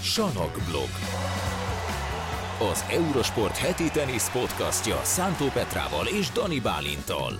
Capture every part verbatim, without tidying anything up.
Sanokblog. Az Eurosport heti tenisz podcastja Szántó Petrával és Dani Bálinttal.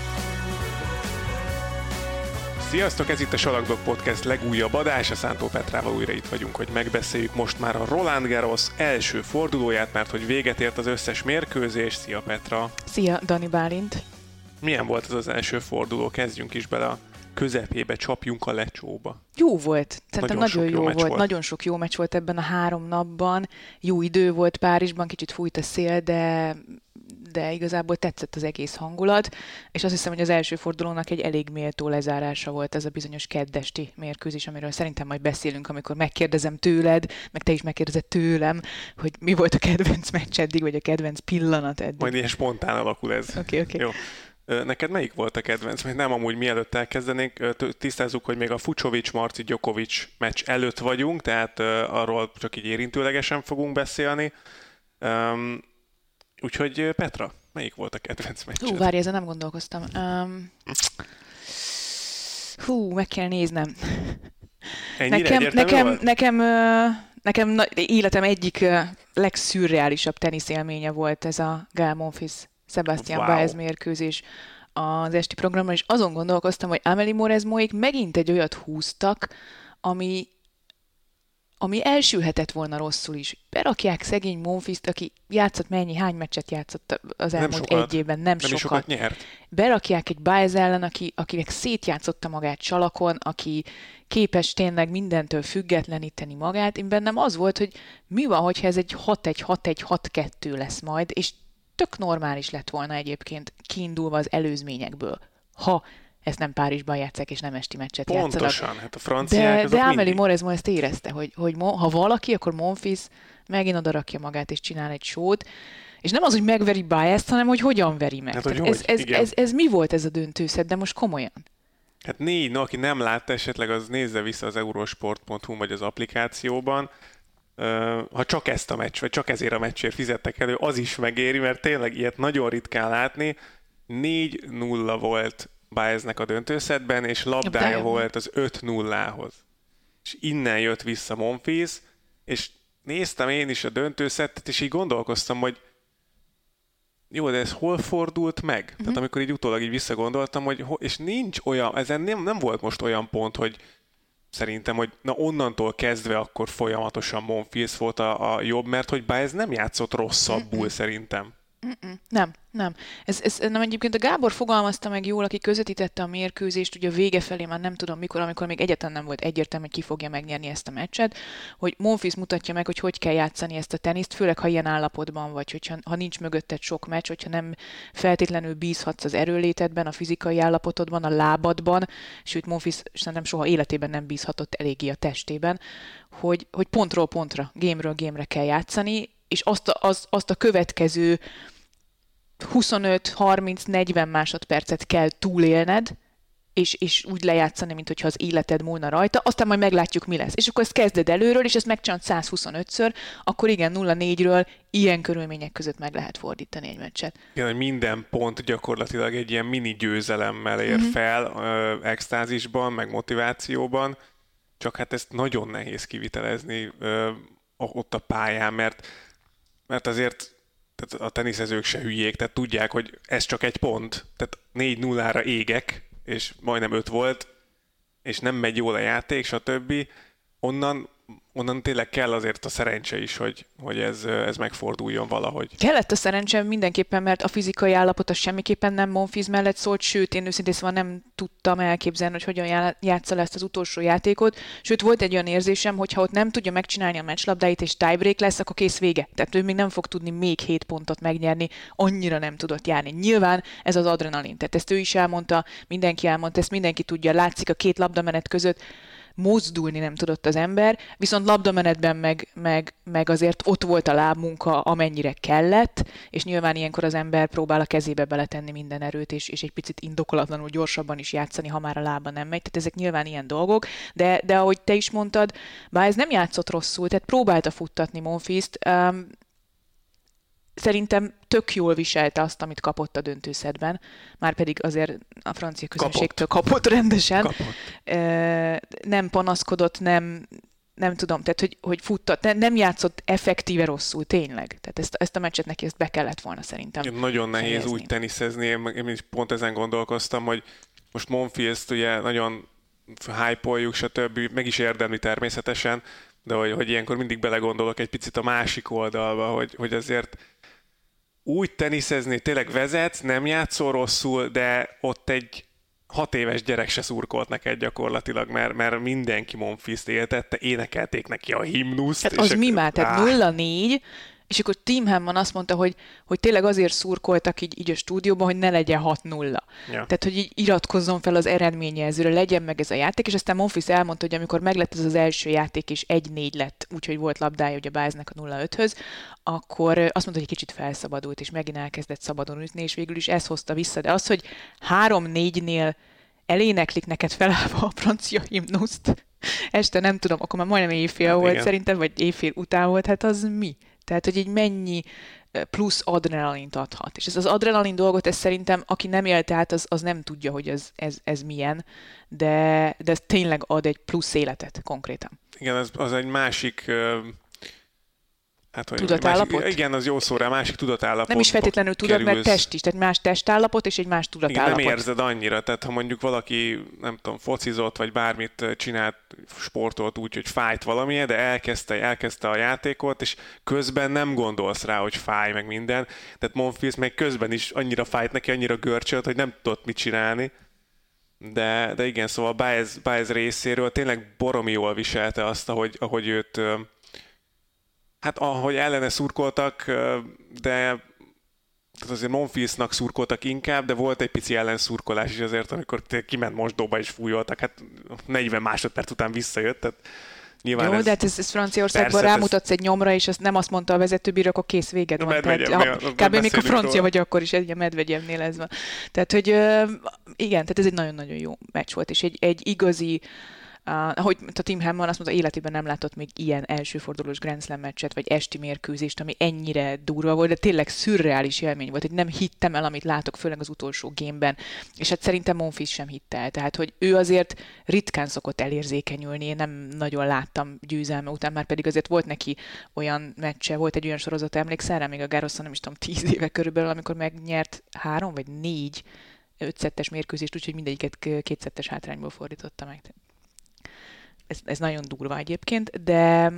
Sziasztok, ez itt a Sanokblog Podcast legújabb adása. Szántó Petrával újra itt vagyunk, hogy megbeszéljük most már a Roland Garros első fordulóját, mert hogy véget ért az összes mérkőzés. Szia Petra! Szia Dani Bálint! Milyen volt ez az első forduló? Kezdjünk is bele a közepébe, csapjunk a lecsóba. Jó volt. Szerintem nagyon, nagyon jó, jó volt. volt. Nagyon sok jó meccs volt ebben a három napban. Jó idő volt Párizsban, kicsit fújt a szél, de, de igazából tetszett az egész hangulat, és azt hiszem, hogy az első fordulónak egy elég méltó lezárása volt ez a bizonyos keddesti mérkőzés, amiről szerintem majd beszélünk, amikor megkérdezem tőled, meg te is megkérdezed tőlem, hogy mi volt a kedvenc meccs eddig, vagy a kedvenc pillanat eddig. Majd ilyen spontán alakul ez. Oké, okay, oké. Okay. Jó. Neked melyik volt a kedvenc? Mert nem amúgy mielőtt elkezdenénk, tisztázzuk, hogy még a Fucsovics-Marci Djokovic meccs előtt vagyunk, tehát arról csak így érintőlegesen fogunk beszélni. Um, úgyhogy Petra, melyik volt a kedvenc meccsed? Hú, várj, ezen nem gondolkoztam. Um, hú, meg kell néznem. Ennyire nekem, nekem, volt? nekem, uh, nekem na, életem egyik uh, legszürreálisabb teniszélménye volt ez a Gael Monfils Sebastian wow. Baez mérkőzés az esti programban, és azon gondolkoztam, hogy Amélie Mauresmoék megint egy olyat húztak, ami, ami elsülhetett volna rosszul is. Berakják szegény Monfilst, aki játszott mennyi, hány meccset játszott az elmúlt egy évben, nem, nem sokat. sokat nyert. Berakják egy Baez ellen, aki, akinek szétjátszotta magát salakon, aki képes tényleg mindentől függetleníteni magát. Én bennem az volt, hogy mi van, hogyha ez egy hat egy hat egy hat kettő lesz majd, és tök normális lett volna egyébként kiindulva az előzményekből, ha ezt nem Párizsban játsszák, és nem esti meccset Pontosan, játszanak. Pontosan, hát a franciák De, de Amélie mindig... Mauresmo ezt érezte, hogy, hogy ha valaki, akkor Monfils megint odarakja magát, és csinál egy sót, és nem az, hogy megveri Baezt, hanem hogy hogyan veri meg. Hát, hogy ez, ez, ez, ez, ez mi volt ez a döntőszett, de most komolyan? Hát négy, no, aki nem látta esetleg, az nézze vissza az eurosport pont hu vagy az applikációban. Ha csak ezt a meccs, vagy csak ezért a meccsért fizettek elő, az is megéri, mert tényleg ilyet nagyon ritkán látni. négy nulla volt Baeznek a döntőszettben, és labdája De. volt az öt nullához. És innen jött vissza Monfils, és néztem én is a döntőszettet, és így gondolkoztam, hogy jó, de ez hol fordult meg? Uh-huh. Tehát amikor így utólag így visszagondoltam, hogy ho- és nincs olyan, ezen nem, nem volt most olyan pont, hogy szerintem, hogy na onnantól kezdve akkor folyamatosan Monfils volt a, a jobb, mert hogy Baez nem játszott rosszabbul Mm-mm. szerintem. Mm-mm. Nem, nem. Ez, ez nem egyébként a Gábor fogalmazta meg jól, aki közvetítette a mérkőzést, ugye a vége felé már nem tudom mikor, amikor még egyáltalán nem volt egyértelmű, hogy ki fogja megnyerni ezt a meccset, hogy Monfils mutatja meg, hogy hogy kell játszani ezt a teniszt, főleg ha ilyen állapotban vagy, hogyha ha nincs mögötted sok meccs, hogyha nem feltétlenül bízhatsz az erőlétedben, a fizikai állapotodban, a lábadban, sőt Monfils szerintem soha életében nem bízhatott eléggé a testében, hogy, hogy pontról pontra, gémről gémre kell játszani, és azt a, az, azt a következő huszonöt harminc negyven másodpercet kell túlélned, és, és úgy lejátszani, mint hogyha az életed múlna rajta, aztán majd meglátjuk, mi lesz. És akkor ezt kezded előről, és ezt megcsinálod száz huszonötször, akkor igen, nulla négyről ilyen körülmények között meg lehet fordítani egy meccset. Igen, hogy minden pont gyakorlatilag egy ilyen mini győzelemmel ér Mm-hmm. fel ö, extázisban, meg motivációban, csak hát ezt nagyon nehéz kivitelezni ö, ott a pályán, mert mert azért tehát a teniszezők se hülyék, tehát tudják, hogy ez csak egy pont, tehát négy nullára égek, és majdnem öt volt, és nem megy jól a játék, stb. Onnan, onnan tényleg kell azért a szerencse is, hogy, hogy ez, ez megforduljon valahogy. Kellett a szerencsém mindenképpen, mert a fizikai állapota semmiképpen nem Monfils mellett szólt, sőt, én őszintén szóval nem tudtam elképzelni, hogy hogyan játsza le ezt az utolsó játékot, sőt, volt egy olyan érzésem, hogy ha ott nem tudja megcsinálni a meccslabdáit és tiebreak lesz, akkor kész vége. Tehát ő még nem fog tudni még hét pontot megnyerni, annyira nem tudott járni. Nyilván ez az adrenalin, tehát ezt ő is elmondta, mindenki elmondta, ezt mindenki tudja, látszik a két labdamenet között, mozdulni nem tudott az ember, viszont labdamenetben meg, meg, meg azért ott volt a lábmunka, amennyire kellett, és nyilván ilyenkor az ember próbál a kezébe beletenni minden erőt, és, és egy picit indokolatlanul gyorsabban is játszani, ha már a lába nem megy. Tehát ezek nyilván ilyen dolgok, de, de ahogy te is mondtad, Baez nem játszott rosszul, tehát próbálta futtatni Monfilst. Um, Szerintem tök jól viselte azt, amit kapott a döntőszedben, már pedig azért a francia közönségtől kapott, kapott rendesen. Kapott. Nem panaszkodott, nem, nem tudom, tehát hogy, hogy futtat, nem játszott effektíve rosszul, tényleg. Tehát ezt, ezt a meccset neki ezt be kellett volna szerintem. Ja, nagyon nehéz helyezni. úgy teniszezni, én, én is pont ezen gondolkoztam, hogy most Monfils-t ugye nagyon hype-oljuk, stb. Meg is érdemli természetesen, de hogy, hogy ilyenkor mindig belegondolok egy picit a másik oldalba, hogy, hogy azért úgy teniszezni, tényleg vezetsz, nem játszol rosszul, de ott egy hat éves gyerek se szurkolt neked gyakorlatilag, mert, mert mindenki Monfils-t éltette, énekelték neki a himnuszt. Hát az mi már, tehát nulla négy, és akkor Tim Hammond azt mondta, hogy, hogy tényleg azért szurkoltak így, így a stúdióban, hogy ne legyen hat nulla. Ja. Tehát, hogy így iratkozzon fel az eredményjelzőre, legyen meg ez a játék, és aztán Monfils elmondta, hogy amikor meglett ez az első játék, és egy négy lett, úgyhogy volt labdája ugye Bilesnek a nulla öthöz, akkor azt mondta, hogy egy kicsit felszabadult, és megint elkezdett szabadon ütni, és végül is ez hozta vissza. De az, hogy három négynél eléneklik neked felállva a francia himnuszt, este nem tudom, akkor már majdnem éjfél hát volt igen. Szerintem, vagy éjfél után volt, hát az mi? Tehát, hogy így mennyi plusz adrenalint adhat. És ez az adrenalin dolgot, ez szerintem, aki nem élte át, az, az nem tudja, hogy ez, ez, ez milyen, de, de ez tényleg ad egy plusz életet konkrétan. Igen, az, az egy másik... Uh... Hát, tudatállapot? Másik, igen, az jó szó rá, másik tudatállapot. Nem is feltétlenül tudod, mert test is, tehát más testállapot és egy más tudatállapot. Igen, nem érzed annyira, tehát ha mondjuk valaki, nem tudom, focizott, vagy bármit csinált, sportolt úgy, hogy fájt valamilyen, de elkezdte, elkezdte a játékot, és közben nem gondolsz rá, hogy fáj, meg minden. Tehát Monfils meg közben is annyira fájt neki, annyira görcsölt, hogy nem tudott mit csinálni. De, de igen, szóval Biles, Biles részéről tényleg baromi jól viselte azt, ahogy, ahogy őt... Hát ahogy ellene szurkoltak, de tehát azért Monfilsnak szurkoltak inkább, de volt egy pici ellenszurkolás is azért, amikor kiment mosdóba és fújoltak, hát negyven másodperc után visszajött, tehát nyilván jó, ez, de hát ez, ez Franciaországban rámutatsz ez... egy nyomra, és ezt nem azt mondta a vezetőbíró, akkor kész, véged van. Tehát, kb. még a francia róla. Vagy akkor is, egy a Medvegyevnél ez van. Tehát, hogy igen, tehát ez egy nagyon-nagyon jó meccs volt, és egy, egy igazi Uh, ahogy a Tim Hammond azt mondta, életében nem látott még ilyen elsőfordulós Grand Slam meccset, vagy esti mérkőzést, ami ennyire durva volt, de tényleg szürreális élmény volt, hogy nem hittem el, amit látok, főleg az utolsó gémben, és hát szerintem Monfils sem hitte el, tehát hogy ő azért ritkán szokott elérzékenyülni, én nem nagyon láttam győzelme után, már pedig azért volt neki olyan meccse, volt egy olyan sorozat, emlékszel rá, még a Garroson, nem is tudom, tíz éve körülbelül, amikor megnyert három vagy négy ötszettes mérkőzést, úgyhogy mindegyiket kétszettes hátrányból fordította meg. Ez, ez nagyon durva egyébként, de,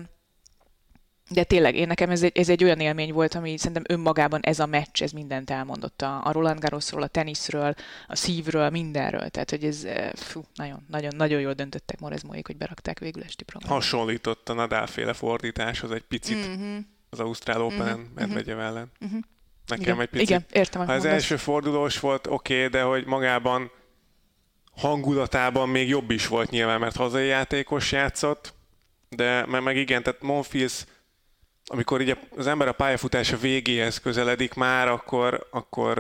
de tényleg én nekem ez egy, ez egy olyan élmény volt, ami szerintem önmagában ez a meccs, ez mindent elmondott a, a Roland Garrosról, a teniszről, a szívről, mindenről. Tehát, hogy ez fú, nagyon, nagyon, nagyon jól döntöttek Morezmóék, hogy berakták végül esti programot. Hasonlított a Nadal-féle fordításhoz egy picit mm-hmm. az Ausztrál Open-en mm-hmm. Medvegyev ellen. Mm-hmm. Nekem igen. egy picit. Igen, értem. Ha az első fordulós volt, oké, okay, de hogy magában hangulatában még jobb is volt nyilván, mert hazai játékos játszott, de meg igen, tehát Monfils, amikor így az ember a pályafutása végéhez közeledik már, akkor, akkor,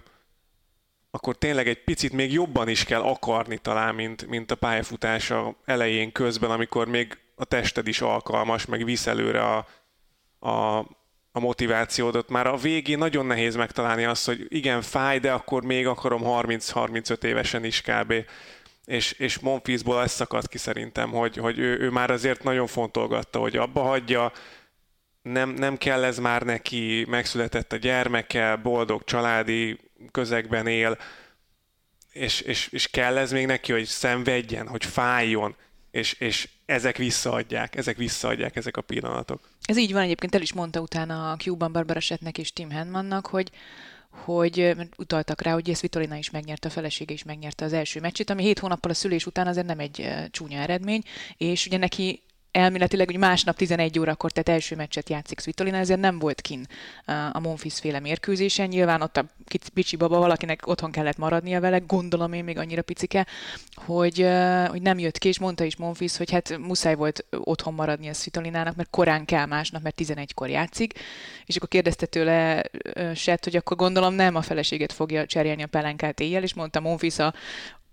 akkor tényleg egy picit még jobban is kell akarni talán, mint, mint a pályafutása elején közben, amikor még a tested is alkalmas, meg visz előre a, a, a motivációdat. Már a végén nagyon nehéz megtalálni azt, hogy igen, fáj, de akkor még akarom harminc-harmincöt évesen is kb. És, és Monfilsból ez szakadt ki szerintem, hogy, hogy ő, ő már azért nagyon fontolgatta, hogy abba hagyja, nem, nem kell ez már neki, megszületett a gyermeke, boldog családi közegben él, és, és, és kell ez még neki, hogy szenvedjen, hogy fájjon, és, és ezek visszaadják, ezek visszaadják ezek a pillanatok. Ez így van, egyébként el is mondta utána a Q-ban Barbara Settnek és Tim Hammondnak, hogy hogy utaltak rá, hogy Svitolina is megnyerte, a felesége is megnyerte az első meccsét, ami hét hónappal a szülés után azért nem egy csúnya eredmény, és ugye neki elméletileg hogy másnap tizenegy órakor, tehát első meccset játszik Svitolina, ezért nem volt kin a Monfils féle mérkőzésen. Nyilván ott a picsi baba valakinek otthon kellett maradnia vele, gondolom én még annyira picike, hogy, hogy nem jött ki, és mondta is Monfils, hogy hát muszáj volt otthon maradni a Svitolinának, mert korán kell másnap, mert tizenegykor játszik, és akkor kérdezte tőle Sett, hogy akkor gondolom nem a feleséget fogja cserélni a pelenkát éjjel, és mondta Monfils a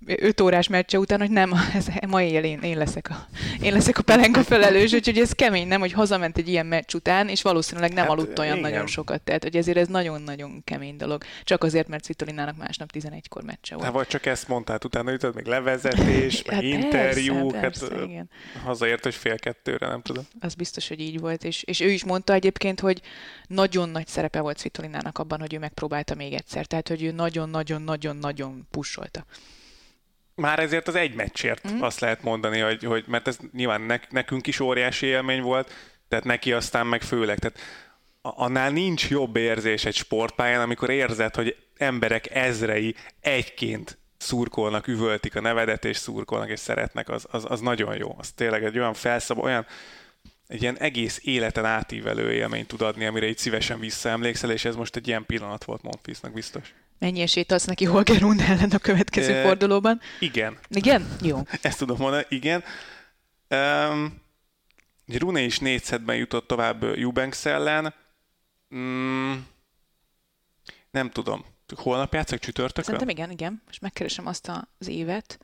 öt órás meccse után, hogy nem, ez, ma éjjel én, én, leszek a, én leszek a pelenka felelős, úgyhogy ez kemény, nem, hogy hazament egy ilyen meccs után, és valószínűleg nem hát, aludt olyan igen. nagyon sokat. Tehát, hogy ezért ez nagyon-nagyon kemény dolog. Csak azért, mert Svitolinának másnap tizenegykor meccse volt. Hát vagy csak ezt mondtál, utána jutott még levezetés, meg hát interjú, persze, hát igen. hazaért, hogy fél kettőre, nem tudom. Az biztos, hogy így volt, és, és ő is mondta egyébként, hogy nagyon nagy szerepe volt Svitolinának abban, hogy ő megpróbálta még egyszer. Tehát, hogy ő nagyon-nagyon-nagyon-nagyon pusolta. Már ezért az egy meccsért mm. azt lehet mondani, hogy, hogy mert ez nyilván ne, nekünk is óriási élmény volt, tehát neki aztán meg főleg. Tehát annál nincs jobb érzés egy sportpályán, amikor érzed, hogy emberek ezrei egyként szurkolnak, üvöltik a nevedet, és szurkolnak, és szeretnek, az, az, az nagyon jó. Az tényleg egy olyan felszab, olyan egy ilyen egész életen átívelő élményt tud adni, amire így szívesen visszaemlékszel, és ez most egy ilyen pillanat volt Monfilsnak biztos. Mennyi esélyt adsz neki Holger Rune ellen a következő e, fordulóban? Igen. Igen? Jó. Ezt tudom mondani, igen. Um, Rune is négy szettben jutott tovább Eubanks ellen. Mm, nem tudom. Holnap játszak csütörtökön? Szerintem igen, igen. Most megkeresem azt az évet,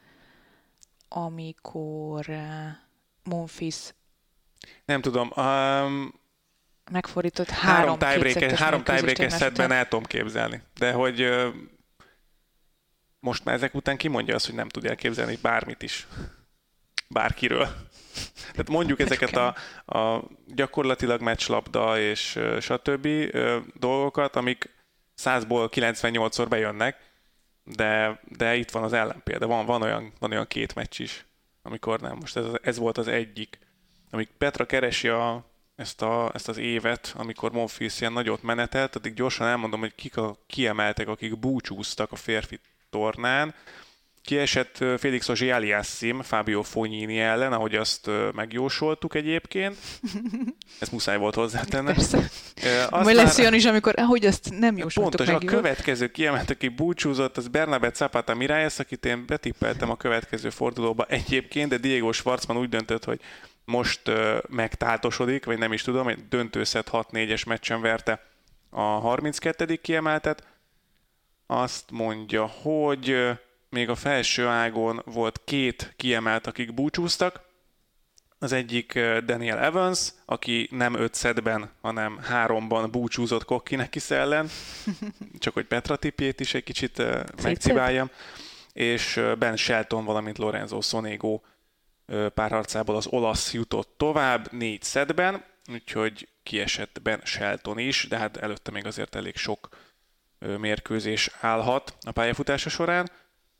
amikor Monfils nem tudom. Um, megfordított három tiebreaker, három tiebreaker szettben el tudom képzelni. De hogy uh, most már ezek után kimondja azt, hogy nem tud elképzelni bármit is. Bárkiről. Tehát mondjuk ezeket a, a gyakorlatilag meccslabda és uh, stb. Uh, dolgokat, amik százból kilencvennyolcszor bejönnek, de, de itt van az ellenpélda. Van, van, olyan, van olyan két meccs is, amikor nem. Most ez, ez volt az egyik. Amíg Petra keresi a, ezt, a, ezt az évet, amikor Monfils ilyen nagyot menetelt, addig gyorsan elmondom, hogy kik a kiemeltek, akik búcsúztak a férfi tornán. Kiesett Félix Auger-Aliassime Fabio Fognini ellen, ahogy azt megjósoltuk egyébként. Ezt muszáj volt hozzátennem. Persze. Majd lesz olyan is, amikor ahogy azt nem jósoltuk pontos, meg. A következő kiemelt, aki búcsúzott, az Bernabé Zapata Miralles, akit én betippeltem a következő fordulóba egyébként, de Diego Schwartzman úgy döntött, hogy most uh, megtáltosodik, vagy nem is tudom, egy döntőszett hat négyes meccsen verte a harminckettedik kiemeltet. Azt mondja, hogy uh, még a felső ágon volt két kiemelt, akik búcsúztak. Az egyik uh, Daniel Evans, aki nem öt szettben, hanem háromban búcsúzott Kokkinekis ellen. Csak hogy Petra tippjét is egy kicsit uh, megcibáljam. És uh, Ben Shelton, valamint Lorenzo Sonego párharcából az olasz jutott tovább négy szettben, úgyhogy kiesett Ben Shelton is, de hát előtte még azért elég sok mérkőzés állhat a pályafutása során.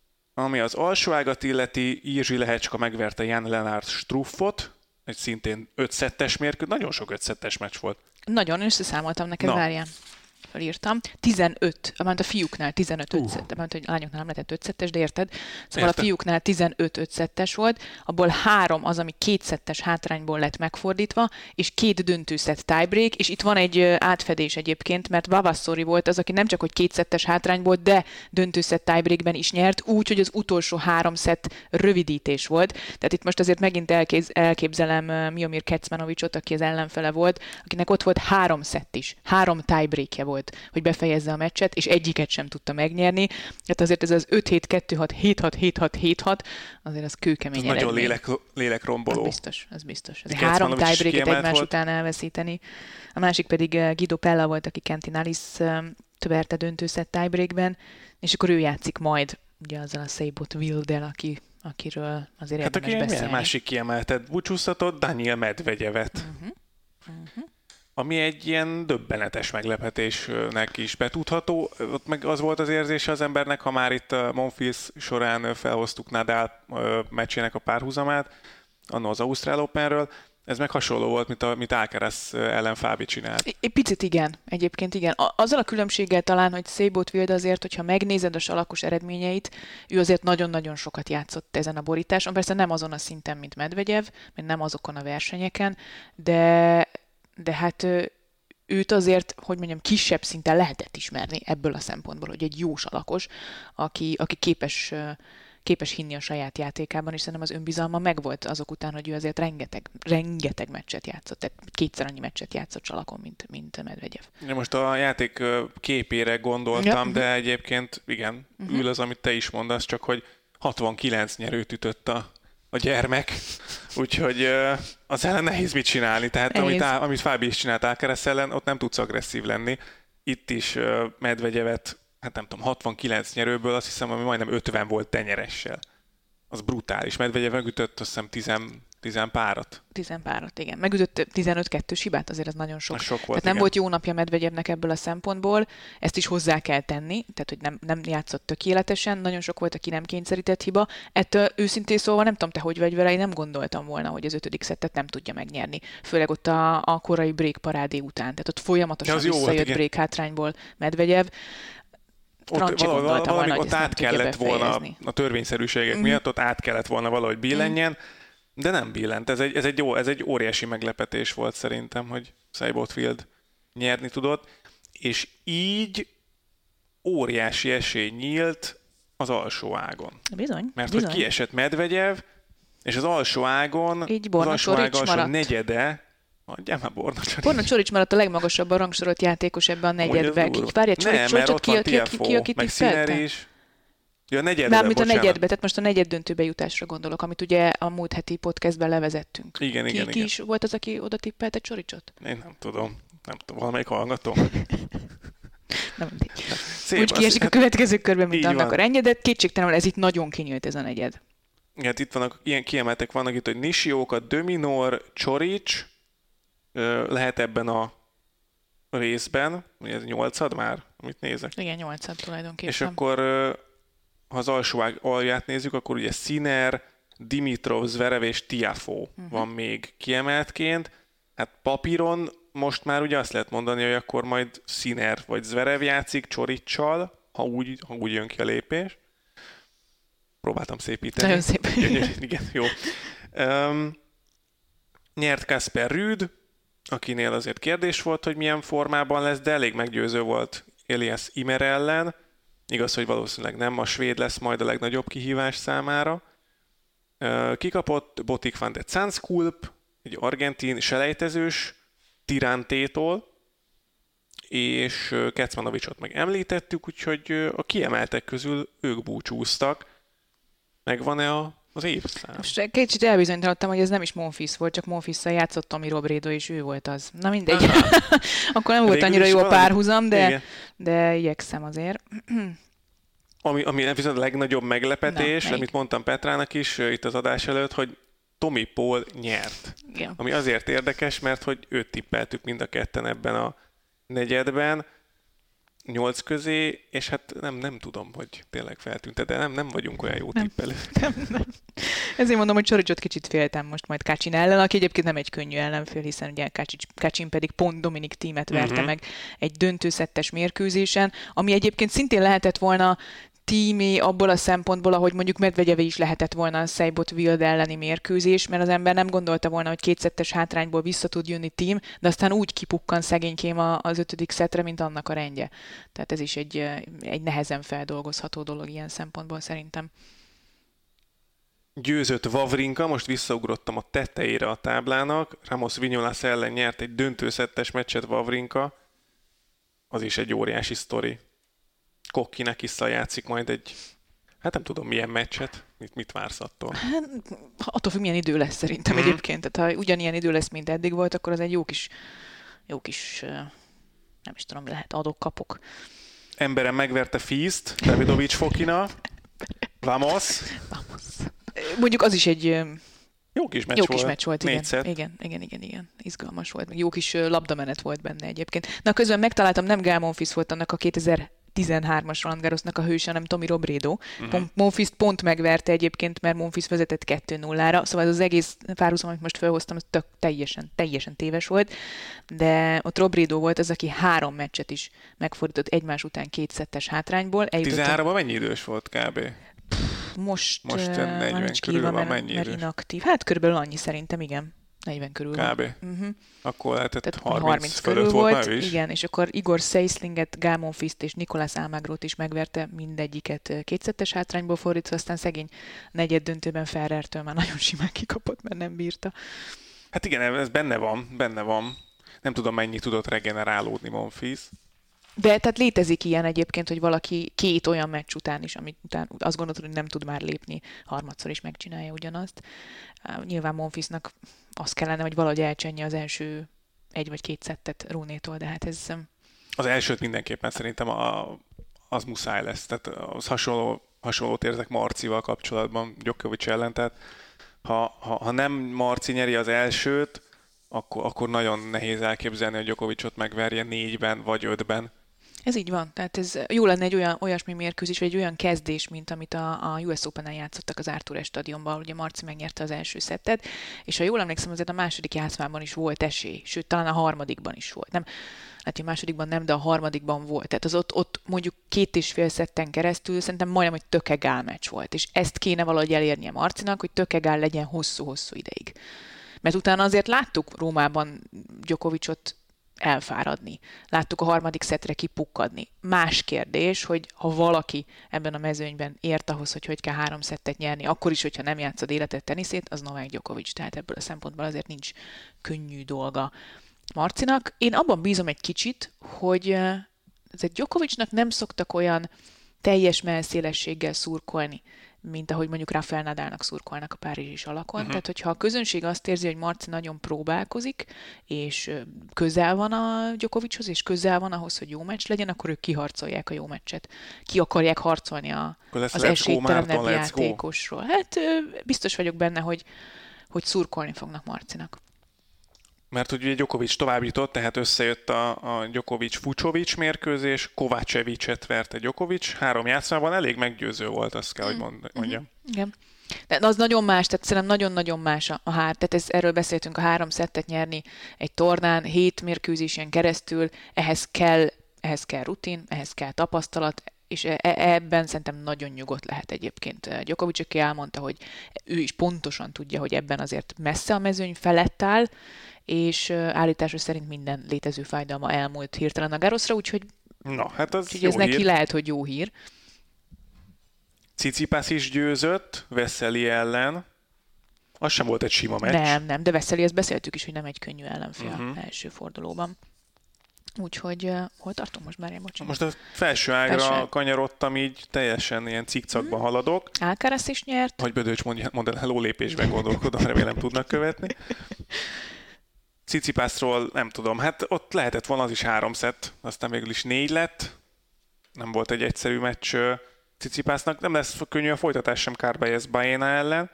Ami az alsó ágat illeti, Jiří Lehečka megverte Jan Lennart Struffot, egy szintén öt szettes mérkőzés, nagyon sok öt szettes meccs volt. Nagyon, összeszámoltam neked, várjál. Felírtam. tizenöt, amint a fiúknál tizenöt öt szettes, amint hogy a lányoknál nem lehetett öt szettes, de érted? Szóval Érte. A fiúknál tizenöt öt szettes volt, abból három az, ami két szettes hátrányból lett megfordítva, és két döntőszett tiebreak, és itt van egy átfedés egyébként, mert Vavassori volt az, aki nem csak hogy két szettes hátrányból, de döntőszett tiebreakben is nyert, úgy, hogy az utolsó három szett rövidítés volt. Tehát itt most azért megint elképz, elképzelem Miomir Kecmanovicsot, aki az ellenfele volt, akinek ott volt három szett is, három tiebreakje volt, hogy befejezze a meccset, és egyiket sem tudta megnyerni. Tehát azért ez az öt hét kettő hat hét hat hét hat hét hat, azért az kőkemény eredmény. Nagyon lélek, lélekromboló. Az biztos, az biztos. Az három tiebreaket egymás volt. Után elveszíteni. A másik pedig Guido Pella volt, aki Kentinalis verte döntőszett tiebreakben, és akkor ő játszik majd ugye azzal a Seibold Wilddel, aki, akiről azért hát érdemes beszélni. Hát másik kiemeltet búcsúztatott Daniil Medvegyevet. Uh-huh. Uh-huh. Ami egy ilyen döbbenetes meglepetésnek is betudható. Ott meg az volt az érzése az embernek, ha már itt a Monfils során felhoztuk Nadal meccsének a párhuzamát, anno az Ausztrál Openről, ez meg hasonló volt, mint, a, mint Alcaraz ellen Fábi csinált. Egy picit igen, egyébként igen. Azzal a különbséggel talán, hogy Seibold Wild azért, hogyha megnézed a salakos eredményeit, ő azért nagyon-nagyon sokat játszott ezen a borításon. Persze nem azon a szinten, mint Medvegyev, mert nem azokon a versenyeken, de de hát őt azért, hogy mondjam, kisebb szinten lehetett ismerni ebből a szempontból, hogy egy jó salakos, aki, aki képes, képes hinni a saját játékában, és szerintem az önbizalma megvolt azok után, hogy ő azért rengeteg, rengeteg meccset játszott, tehát kétszer annyi meccset játszott salakon, mint, mint Medvegyev. Ja, most a játék képére gondoltam, ja. De egyébként igen, uh-huh. ül az, amit te is mondasz, csak hogy hatvankilenc nyerőt ütött a, a gyermek, úgyhogy uh, az ellen nehéz mit csinálni. Tehát nehéz. amit, á, amit Fábi is csinált Alcaraz ellen, ott nem tudsz agresszív lenni. Itt is uh, Medvegyevet, hát nem tudom, hatvankilenc nyerőből azt hiszem, ami majdnem ötven volt tenyeressel. Az brutális. Medvegyev megütött azt hiszem tizen, tizen párat. Tizen párat, igen. Megütött tizenöt kettős hibát, azért ez nagyon sok. sok volt, tehát nem igen. volt jó napja Medvegyevnek ebből a szempontból, ezt is hozzá kell tenni, tehát hogy nem, nem játszott tökéletesen, nagyon sok volt, aki nem kényszerített hiba. Ettől őszintén szólva nem tudom te, hogy vagy vele, én nem gondoltam volna, hogy az ötödik szettet nem tudja megnyerni. Főleg ott a, a korai break parádé után, tehát ott folyamatosan ja, visszajött volt, break hátrányból Medvegyev. Ott, valahogy, valami, ott át kellett volna a törvényszerűségek mm. miatt, ott át kellett volna valahogy billenjen, mm. de nem billent. Ez egy, ez, egy jó, ez egy óriási meglepetés volt szerintem, hogy Seibold Field nyerni tudott, és így óriási esély nyílt az alsó ágon. Bizony. Mert bizony. hogy kiesett Medvegyev, és az alsó ágon, így az alsó ág alsó negyede, adjál már Borna Csorics. Borna Csorics maradt a legmagasabban rangsorolt játékos ebben a negyedben. Várjál, Csoricsot ki, ki, ki, ki, aki tippelte? Ja, a negyedbe, Mármint a negyedbe, tehát most a negyed döntőbe jutásra gondolok, amit ugye a múlt heti podcastben levezettünk. Igen, ki, igen, ki igen. is volt az, aki oda tippelte Csoricsot? Én nem tudom. Nem tudom, valamelyik hallgatom. Nem mindegy. Úgy kiesik a következő körben, mint annak van. A rendje, de kétségtelenül ez itt nagyon kinyílt ez a negyed. Igen, itt vannak, ilyen kiemeltek vannak itt, hogy Nishioka, De Minaur, Csorics lehet ebben a részben, ugye ez nyolcad már, amit nézek. Igen, nyolcad tulajdonképpen. És akkor, ha az alsó alját nézzük, akkor ugye Sinner, Dimitrov, Zverev és Tiafoe uh-huh. van még kiemeltként. Hát papíron most már ugye azt lehet mondani, hogy akkor majd Sinner vagy Zverev játszik Csoricsal, ha úgy, ha úgy jön ki a lépés. Próbáltam szépíteni. Nagyon szép. Igen, jó. Um, nyert Kasper Ruud, akinél azért kérdés volt, hogy milyen formában lesz, de elég meggyőző volt Elias Ymer ellen. Igaz, hogy valószínűleg nem a svéd lesz majd a legnagyobb kihívás számára. Kikapott Botic van de Zandschulp, egy argentin selejtezős Tirantétól, és Kecmanovicsot meg említettük, úgyhogy a kiemeltek közül ők búcsúztak. Megvan-e a az évszám. Most kicsit elbizonytalanodtam, hogy ez nem is Monfils volt, csak Monfils-szal játszott Tommy Robredo, és ő volt az. Na mindegy. Akkor nem volt annyira jó a párhuzam, de, de igyekszem azért. ami, ami viszont a legnagyobb meglepetés, Na, amit mondtam Petrának is itt az adás előtt, hogy Tommy Paul nyert. Igen. Ami azért érdekes, mert hogy őt tippeltük mind a ketten ebben a negyedben, nyolc közé, és hát nem, nem tudom, hogy tényleg feltűnt, de nem, nem vagyunk olyan jó tippelők. Nem, nem. Ezért mondom, hogy Csoricsot kicsit féltem most majd Kacsin ellen, aki egyébként nem egy könnyű ellenfél, hiszen ugye Kacsics, Kacsin pedig pont Dominik Thiemet verte uh-huh. meg egy döntőszettes mérkőzésen, ami egyébként szintén lehetett volna Thiem abból a szempontból, ahogy mondjuk Medvegyevé is lehetett volna a Seibold Field elleni mérkőzés, mert az ember nem gondolta volna, hogy kétszettes hátrányból vissza tud jönni Thiem, de aztán úgy kipukkan szegénykém az ötödik szettre, mint annak a rendje. Tehát ez is egy, egy nehezen feldolgozható dolog ilyen szempontból szerintem. Győzött Wawrinka, most visszaugrottam a tetejére a táblának, Ramos Vinolas ellen nyert egy döntőszettes meccset Wawrinka, az is egy óriási sztori. Kokkinek is játszik majd egy, hát nem tudom milyen meccset, mit, mit vársz attól? Hát, attól függ, milyen idő lesz szerintem mm-hmm. egyébként. Tehát ha ugyanilyen idő lesz, mint eddig volt, akkor az egy jó kis, jó kis nem is tudom, lehet adok-kapok. Emberen megverte Fist, Davidovics Fokina, Vamos. Vamos. Mondjuk az is egy jó kis meccs jó volt. Kis meccs volt, igen. Négyszer. igen. Igen, igen, igen. Izgalmas volt. Jó kis labdamenet volt benne egyébként. Na, közben megtaláltam, nem Gael Monfils volt annak a kétezer-tizenhármas Roland Garrosnak a hőse, hanem Tommy Robredo. Uh-huh. Monfils pont megverte egyébként, mert Monfils vezetett kettő nullára, szóval az egész párhuzam, amit most felhoztam, az tök teljesen, teljesen téves volt, de ott Robredo volt az, aki három meccset is megfordított egymás után kétszettes hátrányból. tizenháromban mennyi idős volt kb.? Most, Most negyven körül van, mert, mennyi mert idős? inaktív. Hát körülbelül annyi szerintem, igen. negyven körül Kb. Van. Uh-huh. Akkor lehetett Tehát harminc, harminc körül volt, volt volt már is. Igen, és akkor Igor Sijslinget, Gael Monfils-t és Nicolas Almagrót is megverte, mindegyiket kétszettes hátrányból fordítva, aztán szegény negyed döntőben Ferrertől már nagyon simán kikapott, mert nem bírta. Hát igen, ez benne van, benne van. Nem tudom, mennyi tudott regenerálódni Monfils. De tehát létezik ilyen egyébként, hogy valaki két olyan meccs után is, amit után azt gondolod, hogy nem tud már lépni, harmadszor is megcsinálja ugyanazt. Nyilván Monfilsnak az kellene, hogy valahogy elcsenje az első egy vagy két szettet Runétól, de hát ez... Az elsőt mindenképpen szerintem a, az muszáj lesz. Tehát az hasonló, hasonlót érzek Marcival kapcsolatban, Djokovic ellen, tehát ha, ha, ha nem Marci nyeri az elsőt, akkor, akkor nagyon nehéz elképzelni, hogy Djokovicot megverje négyben vagy ötben. Ez így van. Tehát ez jó lenne egy olyan, olyasmi mérkőzés, vagy egy olyan kezdés, mint amit a, a u es Open-en játszottak az Arthur stadionban, ugye Marci megnyerte az első szettet, és ha jól emlékszem, azért a második játszmában is volt esély, sőt, talán a harmadikban is volt. Nem, hát a másodikban nem, de a harmadikban volt. Tehát az ott, ott mondjuk két és fél szetten keresztül szerintem majdnem, hogy tök egál meccs volt, és ezt kéne valahogy elérnie Marcinak, hogy tök egál legyen hosszú-hosszú ideig. Mert utána azért láttuk Rómában Djokovicot elfáradni. Láttuk a harmadik szettre kipukkadni. Más kérdés, hogy ha valaki ebben a mezőnyben ért ahhoz, hogy hogy kell három szettet nyerni, akkor is, hogyha nem játszod életed teniszét, az Novák Djokovic. Tehát ebből a szempontból azért nincs könnyű dolga Marcinak. Én abban bízom egy kicsit, hogy ezek Djokovicnak nem szoktak olyan teljes mellszélességgel szurkolni, mint ahogy mondjuk Rafael Nadalnak szurkolnak a párizsi alakon. Uh-huh. Tehát, hogyha a közönség azt érzi, hogy Marci nagyon próbálkozik, és közel van a Djokovichoz, és közel van ahhoz, hogy jó meccs legyen, akkor ők kiharcolják a jó meccset. Ki akarják harcolni a, az esélytelenebb játékosról. Hát biztos vagyok benne, hogy, hogy szurkolni fognak Marcinak. Mert ugye Djokovic tovább jutott, tehát összejött a, a Djokovic-Fucsovics mérkőzés, Kovácsevicet verte Djokovic, három játszmában elég meggyőző volt, azt kell, hogy mond, mondjam. Igen. De az nagyon más, tehát szerintem nagyon-nagyon más a, a hár. Tehát ez, erről beszéltünk, a három szettet nyerni egy tornán, hét mérkőzésen keresztül, ehhez kell, ehhez kell rutin, ehhez kell tapasztalat, és e- ebben szerintem nagyon nyugodt lehet egyébként. Djokovic, aki elmondta, hogy ő is pontosan tudja, hogy ebben azért messze a mezőny felett áll, és állítása szerint minden létező fájdalma elmúlt hirtelen a Garrosra, úgyhogy, Na, hát az úgyhogy ez hír. neki lehet, hogy jó hír. Tsitsipas is győzött Vesely ellen. Az sem volt egy sima meccs. Nem, nem, de Vesely, ezt beszéltük is, hogy nem egy könnyű ellenfél uh-huh. első fordulóban. Úgyhogy uh, hol tartom most már? Most a felső ágra felső. kanyarodtam, így teljesen ilyen cikcakba hmm. haladok. Alcaraz is nyert. Hogy Bödöcs mondja, mondd el, lólépésben gondolkodom, remélem tudnak követni. Tsitsipasról nem tudom, hát ott lehetett volna az is három szett, aztán végül is négy lett. Nem volt egy egyszerű meccs Tsitsipasnak, nem lesz könnyű a folytatás sem Carballes Baena ellen.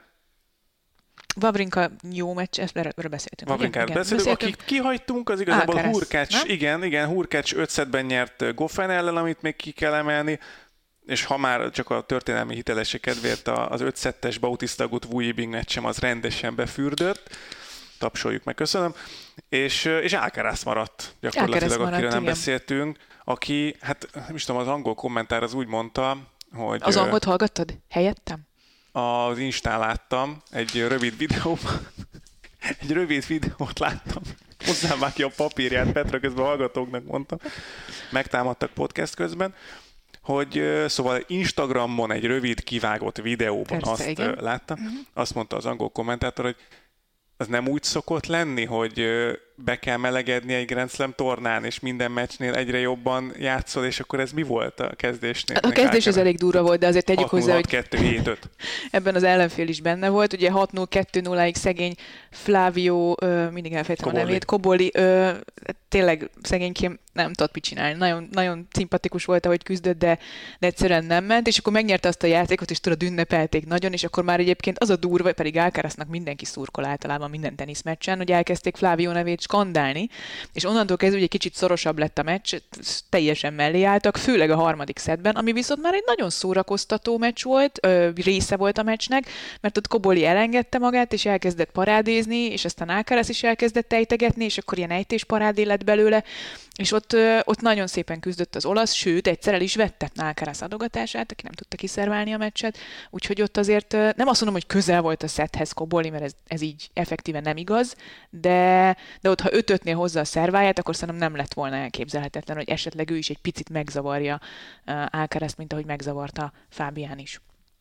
Wawrinka jó meccs, erről beszéltünk. Wawrinkát beszéltünk, akit kihagytunk, az igazából Alcaraz, Hurkacz, igen, igen, Hurkacz öt szettben nyert Goffin ellen, amit még ki kell emelni, és ha már csak a történelmi hitelesség kedvéért az öt szettes Bautista Agut Wu Yibing meccsem az rendesen befürdött, tapsoljuk meg, köszönöm, és, és Alcaraz maradt gyakorlatilag, Alcaraz maradt, akiről nem igen. beszéltünk, aki, hát nem is tudom, az angol kommentár az úgy mondta, hogy... Az angolt hallgattad helyettem? Az Instán láttam, egy rövid videóban, egy rövid videót láttam, hozzám vágja ki a papírját, Petra közben hallgatóknak mondtam, megtámadtak podcast közben, hogy szóval Instagramon egy rövid kivágott videóban Persze, azt igen. láttam, uh-huh. azt mondta az angol kommentátor, hogy az nem úgy szokott lenni, hogy be kell melegedni egy Grand Slam tornán, és minden meccsnél egyre jobban játszol, és akkor ez mi volt a kezdésnél? A kezdés az elég durva volt, de azért tegyük hozzá, hogy kettő hét öt ebben az ellenfél is benne volt. Ugye hat null kettő nulláig szegény Flavio, ö, mindig elfejtem a nevét, Cobolli, ö, tényleg szegénykém nem tudott mit csinálni. Nagyon, nagyon szimpatikus volt, ahogy küzdött, de, de egyszerűen nem ment, és akkor megnyerte azt a játékot, és tudod, ünnepelték nagyon, és akkor már egyébként az a durva, pedig Alcaraznak mindenki szurkol általában minden teniszmeccsen, hogy elkezdték Flavio nevét skandálni, és onnantól kezdve egy kicsit szorosabb lett a meccs, teljesen mellé álltak, főleg a harmadik szettben, ami viszont már egy nagyon szórakoztató meccs volt, ö, része volt a meccsnek, mert ott Cobolli elengedte magát, és elkezdett parádézni, és aztán Alcaraz is elkezdett ejtegetni, és akkor ilyen ejtésparádé lett belőle, és ott, ö, ott nagyon szépen küzdött az olasz, sőt, egyszer el is vette Alcaraz adogatását, aki nem tudta kiszerválni a meccset, úgyhogy ott azért ö, nem azt mondom, hogy közel volt a szetthez Cobolli, mert ez, ez így effektíven nem igaz, de, de ott, ha ötötnél hozza a szerváját, akkor szerintem nem lett volna elképzelhetetlen, hogy esetleg ő is egy picit megzavarja uh, Alcarazt, mint ahogy megzavarta Fábián is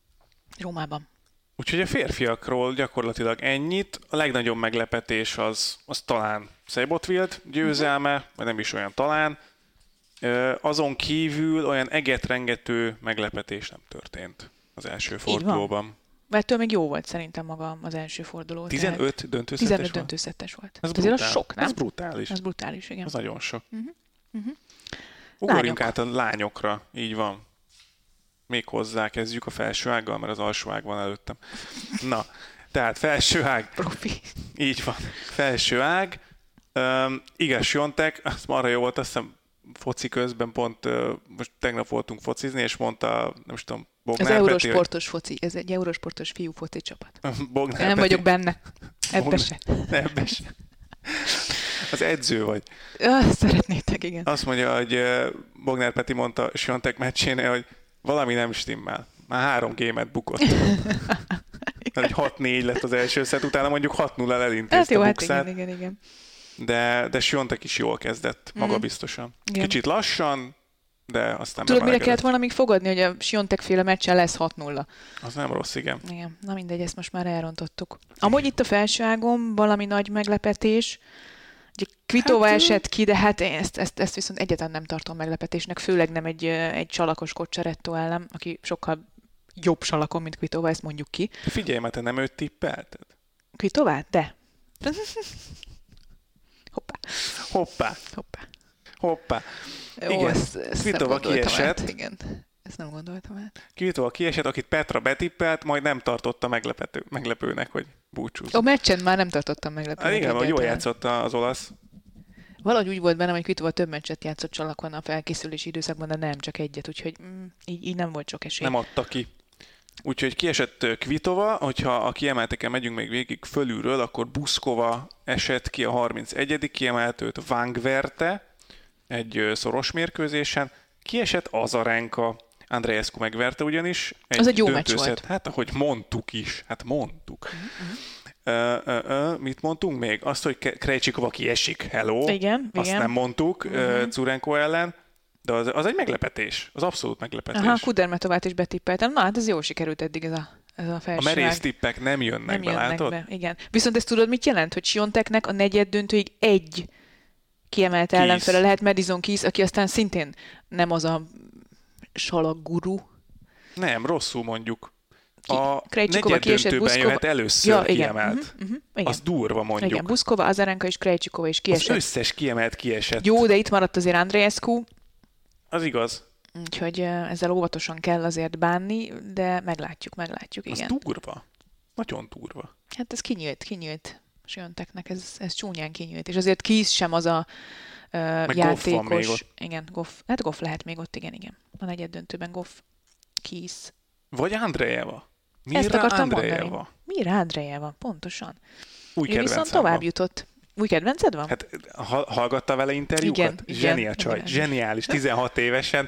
Rómában. Úgyhogy a férfiakról gyakorlatilag ennyit. A legnagyobb meglepetés az, az talán Seibold győzelme, vagy nem is olyan talán. Azon kívül olyan egetrengető meglepetés nem történt az első fordulóban. Mert ettől még jó volt szerintem maga az első forduló. tizenöt döntőszettes tizenöt volt? döntőszettes volt. Ez azért az sok, nem? Ez brutális. Ez brutális, igen. Ez nagyon sok. Uh-huh. Uh-huh. Ugorjunk át a lányokra, így van. Még hozzá kezdjük a felső ággal, mert az alsó ág van előttem. Na, tehát felső ág. Profi. Így van. Felső ág. Um, igaz, Siontek, az marha jó volt, azt hiszem foci közben pont, uh, most tegnap voltunk focizni, és mondta, nem is tudom, Bognár Ez Peti, eurosportos hogy... foci, ez egy eurosportos fiú foci csapat. Bognár nem Peti... vagyok benne. Ebbe se. Ebbe se. Az edző vagy. Öh, szeretnétek, igen. Azt mondja, hogy Bognár Peti mondta Siontek meccsénél, hogy valami nem stimmel. Már három gémet bukott. Tehát hat négy lett az első szett, utána mondjuk hat nulla elintézte hát jó, a hát bukszát. igen, igen, igen. De, de Siontek is jól kezdett, magabiztosan. Mm. Igen. Kicsit lassan, de aztán tudod, mire kellett volna még fogadni, hogy a Siontek féle meccsen lesz hat nulla. Az nem rossz, igen. Igen, na mindegy, ezt most már elrontottuk. Amúgy itt a felső ágon valami nagy meglepetés. Ugye Kvitova hát, esett ki, de hát én ezt, ezt, ezt viszont egyáltalán nem tartom meglepetésnek, főleg nem egy, egy csalakos Cocciaretto ellen, aki sokkal jobb salakon, mint Kvitova, ezt mondjuk ki. Figyelj, mert te nem őt tippelted? Kvitovát? De. Hoppá. Hoppá. Hoppá. Hoppá. Jó, igen, ezt, ezt Kvitova kiesett. Át, igen, ezt nem gondoltam át. Kvitova kiesett, akit Petra betippelt, majd nem tartotta meglepető, meglepőnek, hogy búcsúz. A meccsen már nem tartottam meglepőnek. Hát igen, hogy jól játszott az olasz. Valahogy úgy volt bennem, hogy Kvitova több meccset játszott csalakon a felkészülési időszakban, de nem csak egyet, úgyhogy mm, így, így nem volt sok esély. Nem adta ki. Úgyhogy kiesett Kvitova, hogyha a kiemelteken megyünk még végig fölülről, akkor Buszkova esett ki a harmincegyedik kiemeltőt, Vangverte egy szoros mérkőzésen, kiesett Azarenka, Andreescu megverte ugyanis. Egy az egy jó döntőszett, meccs volt. Hát ahogy mondtuk is, hát mondtuk. Uh-huh. Uh, uh, uh, mit mondtunk még? Azt, hogy Krejcsikova kiesik, hello. Igen, Azt igen. nem mondtuk uh-huh. uh, Curenko ellen. De az, az egy meglepetés. Az abszolút meglepetés. Aha, Kudermetovát is betippeltem. Na hát ez jól sikerült eddig ez a, ez a felső. A merész tippek nem jönnek nem be, jönnek látod? be, igen. Viszont ezt tudod, mit jelent? Hogy Sionteknek a negyed döntőig egy kiemelt Keys. ellenfele lehet, Madison Keys, aki aztán szintén nem az a salagguru. Nem, rosszul mondjuk. A Krejcsikova negyed döntőben Buszkova... jöhet először ja, igen. kiemelt. Uh-huh, uh-huh, igen. Az durva mondjuk. Igen, Buszkova, Azarenka és Krejcsikova is kiesett. Az összes kiemelt kiesett. Jó, de itt maradt azért Andreescu. Az igaz. Úgyhogy ezzel óvatosan kell azért bánni, de meglátjuk, meglátjuk, igen. Az durva. Nagyon durva. Hát ez kinyílt, kinyílt Sionteknek, ez, ez csúnyán kinyílt. És azért Keys sem az a uh, játékos. Igen, Goff. Hát Goff lehet még ott, igen, igen. A negyed döntőben Goff, Keys. Vagy Andrejeva. Mira Ezt akartam Andrejeva? mondani. Mira Andrejeva, pontosan. Új ő viszont tovább jutott. Új kedvenced van? Hát hallgatta vele interjúkat? Igen, Zseni igen, a csaj, igen. zseniális, tizenhat évesen.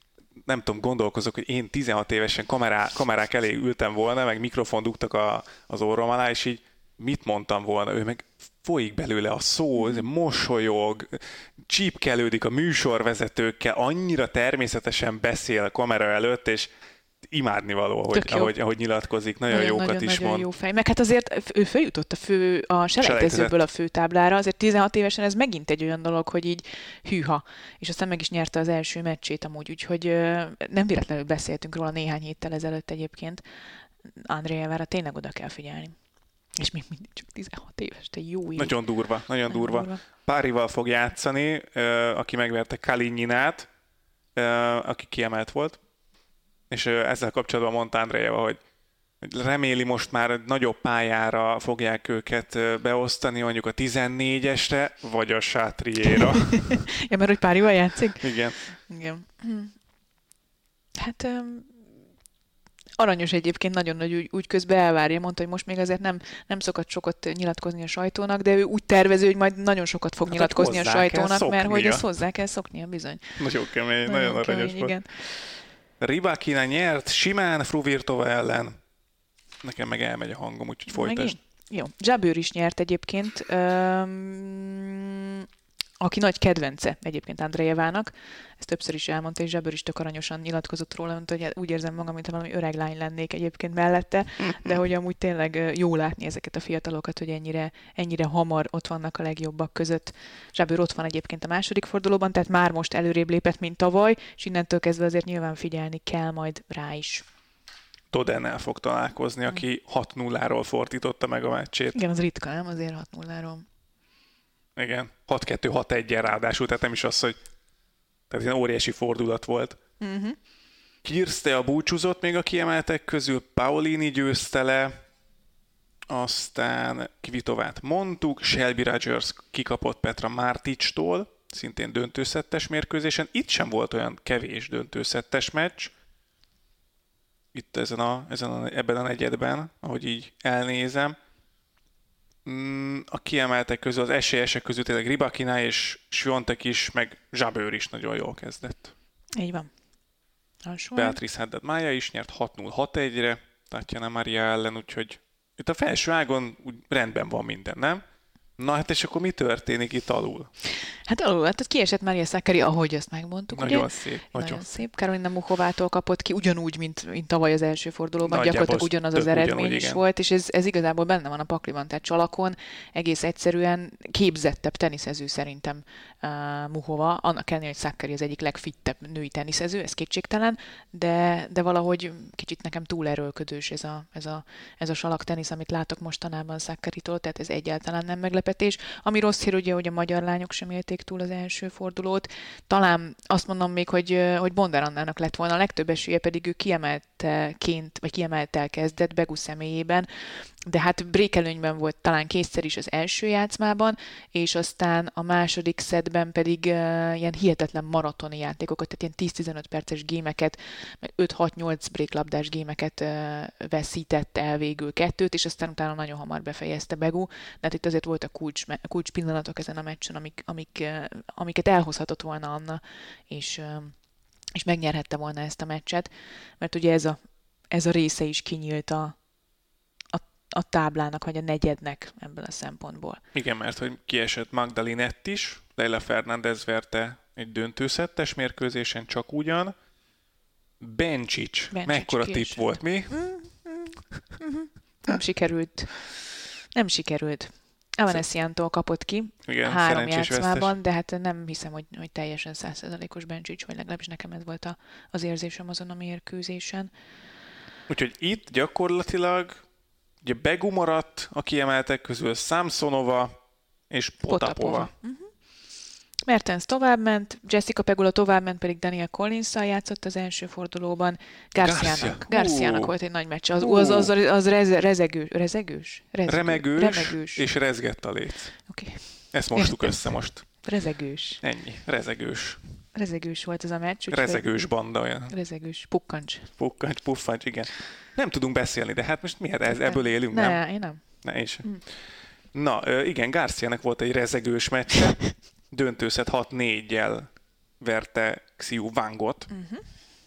Nem tudom, gondolkozok, hogy én tizenhat évesen kamerá, kamerák elé ültem volna, meg mikrofon dugtak a, az orrom alá, és így mit mondtam volna? Ő meg folyik belőle a szó, mosolyog, csípkelődik a műsorvezetőkkel, annyira természetesen beszél kamera előtt, és imádnivaló, ahogy, ahogy, ahogy nyilatkozik. Nagyon, nagyon jókat nagyon, is nagyon mond. Jó fej. Meg hát azért ő följutott a, fő, a selejtezőből a főtáblára, azért tizenhat évesen ez megint egy olyan dolog, hogy így hűha. És aztán meg is nyerte az első meccsét amúgy, úgyhogy nem véletlenül beszéltünk róla néhány héttel ezelőtt egyébként. Andrejevára tényleg oda kell figyelni. És még mindig csak tizenhat éves, te jó év. Nagyon durva, nagyon, nagyon durva. durva. Párival fog játszani, aki megverte Kalinyinát, aki kiemelt volt. És ezzel kapcsolatban mondta Andrejeva, hogy reméli most már egy nagyobb pályára fogják őket beosztani, mondjuk a tizennégyesre, vagy a sátriéra. Ja, mert hogy Párival játszik? Igen. Igen. Hát um, aranyos egyébként, nagyon nagy úgy, úgy közben elvárja, mondta, hogy most még azért nem, nem szokott sokat nyilatkozni a sajtónak, de ő úgy tervező, hogy majd nagyon sokat fog hát, nyilatkozni a sajtónak, mert hogy ezt hozzá kell szoknia, bizony. Nagyon kemény, nagyon, nagyon aranyos kemény, volt. Igen. Rybakina nyert simán Fruhvirtova ellen. Nekem meg elmegy a hangom, úgyhogy folytasd. Jó. Jabeur is nyert egyébként. Um, aki nagy kedvence egyébként Andrejevának. Ezt többször is elmondta, és Zsabőr is tök aranyosan nyilatkozott róla, mondta, hogy úgy érzem magam, mintha valami öreg lány lennék egyébként mellette, de hogy amúgy tényleg jó látni ezeket a fiatalokat, hogy ennyire, ennyire hamar ott vannak a legjobbak között. Zsabőr ott van egyébként a második fordulóban, tehát már most előrébb lépett, mint tavaly, és innentől kezdve azért nyilván figyelni kell majd rá is. Todennel fog találkozni, aki hat nulláról fordította meg a meccsét. Igen, az ritka, nem? Azért hat nulláról. Igen, hat kettő hat egy ráadásul, tehát nem is az, hogy tehát ilyen óriási fordulat volt. Uh-huh. Kirstea búcsúzott még a kiemeltek közül, Paolini győzte le, aztán Kvitovát mondtuk, Shelby Rogers kikapott Petra Martic-tól, szintén döntőszettes mérkőzésen. Itt sem volt olyan kevés döntőszettes meccs, itt ezen a, ezen a, ebben a negyedben, ahogy így elnézem. A kiemeltek közül, az esélyesek közül tényleg Rybakina és Swiatek is, meg Zsabőr is nagyon jól kezdett. Így van. Alsó. Beatrice Haddad Maia is nyert hat null hat egyre Tatjana Maria ellen, úgyhogy itt a felső ágon úgy rendben van minden, nem? Na hát és akkor mi történik itt alul? Hát alul, hát kiesett Maria Sakkari, ahogy azt megmondtuk. Nagyon ugye? szép. Nagyon, nagyon szép. Karolina Muchovától kapott ki, ugyanúgy, mint, mint tavaly az első fordulóban. Nagyjából gyakorlatilag ugyanaz az eredmény ugyanúgy, is igen. volt, és ez, ez igazából benne van a pakliban, tehát Csalakon egész egyszerűen képzettebb teniszező szerintem uh, Muchova, annak ellenére, hogy Sakkari az egyik legfittebb női teniszező, ez kétségtelen, de, de valahogy kicsit nekem túl erőlködős ez a, ez a, ez a salak tenisz, amit látok mostanában Sakkaritól, tehát ez egyáltalán nem meglepetés. Ami rossz hír ugye, hogy a magyar lányok sem élték túl az első fordulót. Talán azt mondom még, hogy, hogy Bondár Annának lett volna a legtöbb esélye, pedig ő kiemeltként, vagy kiemeltel kezdett Begu személyében, de hát brékelőnyben volt talán kétszer is az első játszmában, és aztán a második szettben pedig uh, ilyen hihetetlen maratoni játékokat, tehát ilyen tíz-tizenöt perces gémeket, meg öt-hat-nyolc bréklabdás gémeket uh, veszített el végül kettőt, és aztán utána nagyon hamar befejezte Begu, de hát itt azért volt a kulcs, kulcs pillanatok ezen a meccsen, amik, amik, uh, amiket elhozhatott volna Anna, és, uh, és megnyerhette volna ezt a meccset, mert ugye ez a, ez a része is kinyílt a a táblának, vagy a negyednek ebből a szempontból. Igen, mert hogy kiesett Magdalinett is, Leila Fernández verte egy döntőszettes mérkőzésen csak ugyan. Bencsics, mekkora tipp volt, mi? Nem sikerült. Nem sikerült. Evanesiantól kapott ki igen, három játszmában, vesztes. de hát nem hiszem, hogy, hogy teljesen száz százalékos Bencsics, vagy legalábbis nekem ez volt a, az érzésem azon a mérkőzésen. Úgyhogy itt gyakorlatilag ugye Begu maradt a kiemeltek közül, Samsonova és Potapova. Potapova. Uh-huh. Mertens továbbment, Jessica Pegula továbbment, pedig Daniel Collins-szal játszott az első fordulóban. Garciának, Garcia. Garciának uh. volt egy nagy meccs. Az, az, az, az rez, rezegő, rezegős? rezegő, remegős, remegős, és rezgett a léc. Okay. Ezt mostuk össze most. Rezegős. Ennyi, rezegős. Rezegős volt ez a meccs. Rezegős banda olyan. Rezegős, pukkancs. Pukkancs, puffancs, igen. Nem tudunk beszélni, de hát most miért ez, ebből élünk, ne, nem? én nem. Ne, én sem. Mm. Na, igen, Garciának volt egy rezegős meccse. Döntőszet hat négyel verte Xiu Wangot. Uh-huh.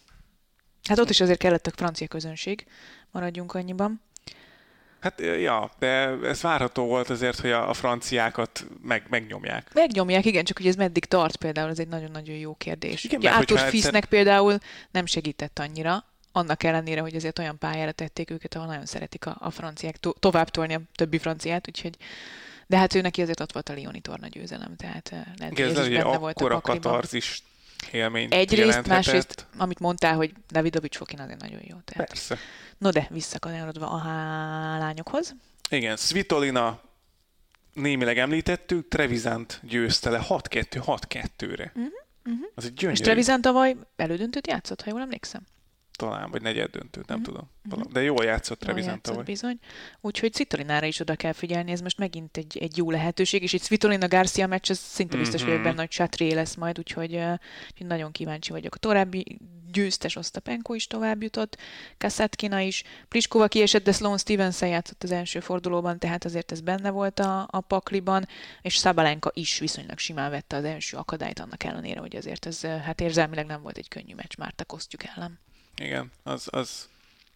Hát ott is azért kellett a francia közönség, maradjunk annyiban. Hát, ja, de ez várható volt azért, hogy a, a franciákat meg, megnyomják. Megnyomják, igen, csak hogy ez meddig tart például, ez egy nagyon-nagyon jó kérdés. Igen, ugye mert Arthur hogyha Fisznek egyszer... például nem segített annyira, annak ellenére, hogy azért olyan pályára tették őket, ahol nagyon szeretik a, a franciák to- tovább tolni a többi franciát, úgyhogy de hát ő neki azért ott volt a Lioni torna győzelem, tehát lehet, igen, hogy ez is benne volt a pakliban. katarzis élményt egyrészt, másrészt, amit mondtál, hogy Davidovics Fokin azért nagyon jó. Tehát. Persze. No de, visszakanyarodva a lányokhoz. Igen, Svitolina némileg említettük, Trevizánt győzte le hat kettő hat kettőre. Uh-huh, uh-huh. Az egy gyönyörű. És Trevisan tavaly elődöntőt játszott, ha jól emlékszem. Talán, vagy negyed döntőt, nem uh-huh. tudom. Uh-huh. De jól játszott Trevisan játszott tavaly. Bizony. Úgyhogy Svitolinára is oda kell figyelni, ez most megint egy, egy jó lehetőség, és itt Svitolina-Garcia meccs, ez szinte biztos uh-huh. vagyok benne, hogy Chatré lesz majd, úgyhogy, uh, úgyhogy nagyon kíváncsi vagyok. A további győztes Osztapenko is tovább jutott, Kasatkina is, Pliskova kiesett, de Sloane Stevenson játszott az első fordulóban, tehát azért ez benne volt a, a pakliban, és Sabalenka is viszonylag simán vette az első akadályt, annak ellenére, hogy azért ez hát érzelmileg nem volt egy könnyű meccs Márta Kosztjuk ellen. Igen, az, az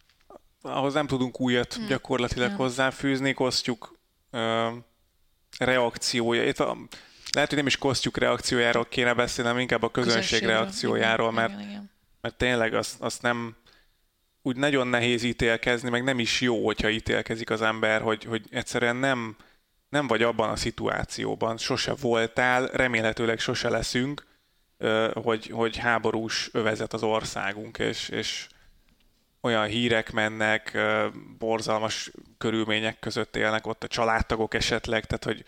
ahhoz nem tudunk újat hmm. gyakorlatilag ja. hozzáfűzni, Kosztjuk uh, reakciója. Itt a lehet, hogy nem is Kosztjuk reakciójáról kéne beszélnem, inkább a közönség reakciójáról, igen, mert, igen, igen. mert tényleg azt, azt nem, úgy nagyon nehéz ítélkezni, meg nem is jó, hogyha ítélkezik az ember, hogy, hogy egyszerűen nem, nem vagy abban a szituációban, sose voltál, remélhetőleg sose leszünk, hogy, hogy háborús övezet az országunk, és, és olyan hírek mennek, borzalmas körülmények között élnek ott a családtagok esetleg, tehát hogy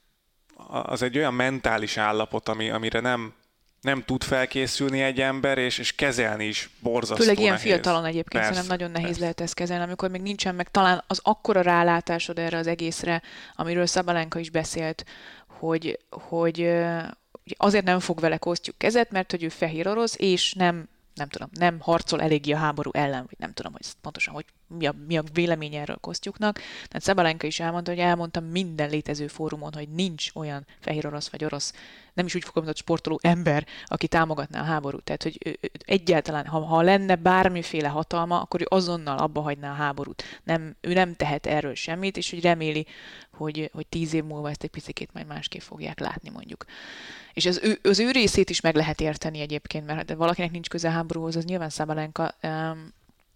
az egy olyan mentális állapot, ami, amire nem, nem tud felkészülni egy ember, és, és kezelni is borzasztó Főleg ilyen nehéz. fiatalon egyébként, Persze, szerintem nagyon nehéz persze. lehet ezt kezelni, amikor még nincsen meg talán az akkora rálátásod erre az egészre, amiről Szabalenka is beszélt, hogy, hogy azért nem fog vele Kosztjuk kezet, mert hogy ő fehér orosz, és nem nem tudom, nem harcol eléggé a háború ellen, vagy nem tudom, hogy pontosan hogy mi a, mi a vélemény erről Kosztjuknak. Tehát Szabalenka is elmondta, hogy elmondtam minden létező fórumon, hogy nincs olyan fehér orosz vagy orosz, nem is úgy fogalmazott sportoló ember, aki támogatná a háborút. Tehát, hogy ő, ő, egyáltalán, ha, ha lenne bármiféle hatalma, akkor ő azonnal abba hagyná a háborút. Nem, ő nem tehet erről semmit, és hogy reméli, hogy, hogy tíz év múlva ezt egy picikét majd másképp fogják látni, mondjuk. És az ő, az ő részét is meg lehet érteni egyébként, mert ha valakinek nincs köze a háborúhoz, az nyilván Szabalenka. Um,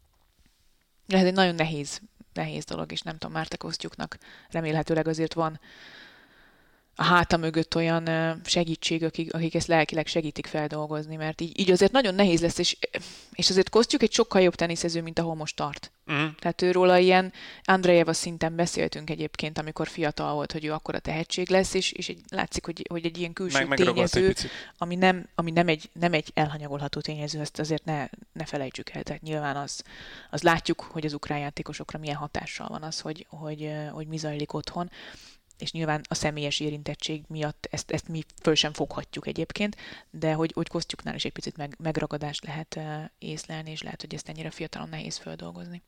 ez egy nagyon nehéz, nehéz dolog, és nem tudom, Márta Kosztjuknak remélhetőleg azért van a háta mögött olyan segítség, akik, akik ezt lelkileg segítik feldolgozni, mert így, így azért nagyon nehéz lesz, és, és azért Kosztjuk egy sokkal jobb teniszező, mint ahol most tart. Mm. Tehát őróla ilyen Andrejeva szinten beszéltünk egyébként, amikor fiatal volt, hogy ő akkora tehetség lesz, és, és egy, látszik, hogy, hogy egy ilyen külső meg, tényező, ami, nem, ami nem, egy, nem egy elhanyagolható tényező, ezt azért ne, ne felejtsük el. Tehát nyilván az, az látjuk, hogy az ukrán játékosokra milyen hatással van az, hogy, hogy, hogy mi zajlik otthon, és nyilván a személyes érintettség miatt ezt, ezt mi föl sem foghatjuk egyébként, de hogy, hogy Kosztjuknál is egy picit meg, megragadást lehet uh, észlelni, és lehet, hogy ezt ennyire fiatalon nehéz földolgozni.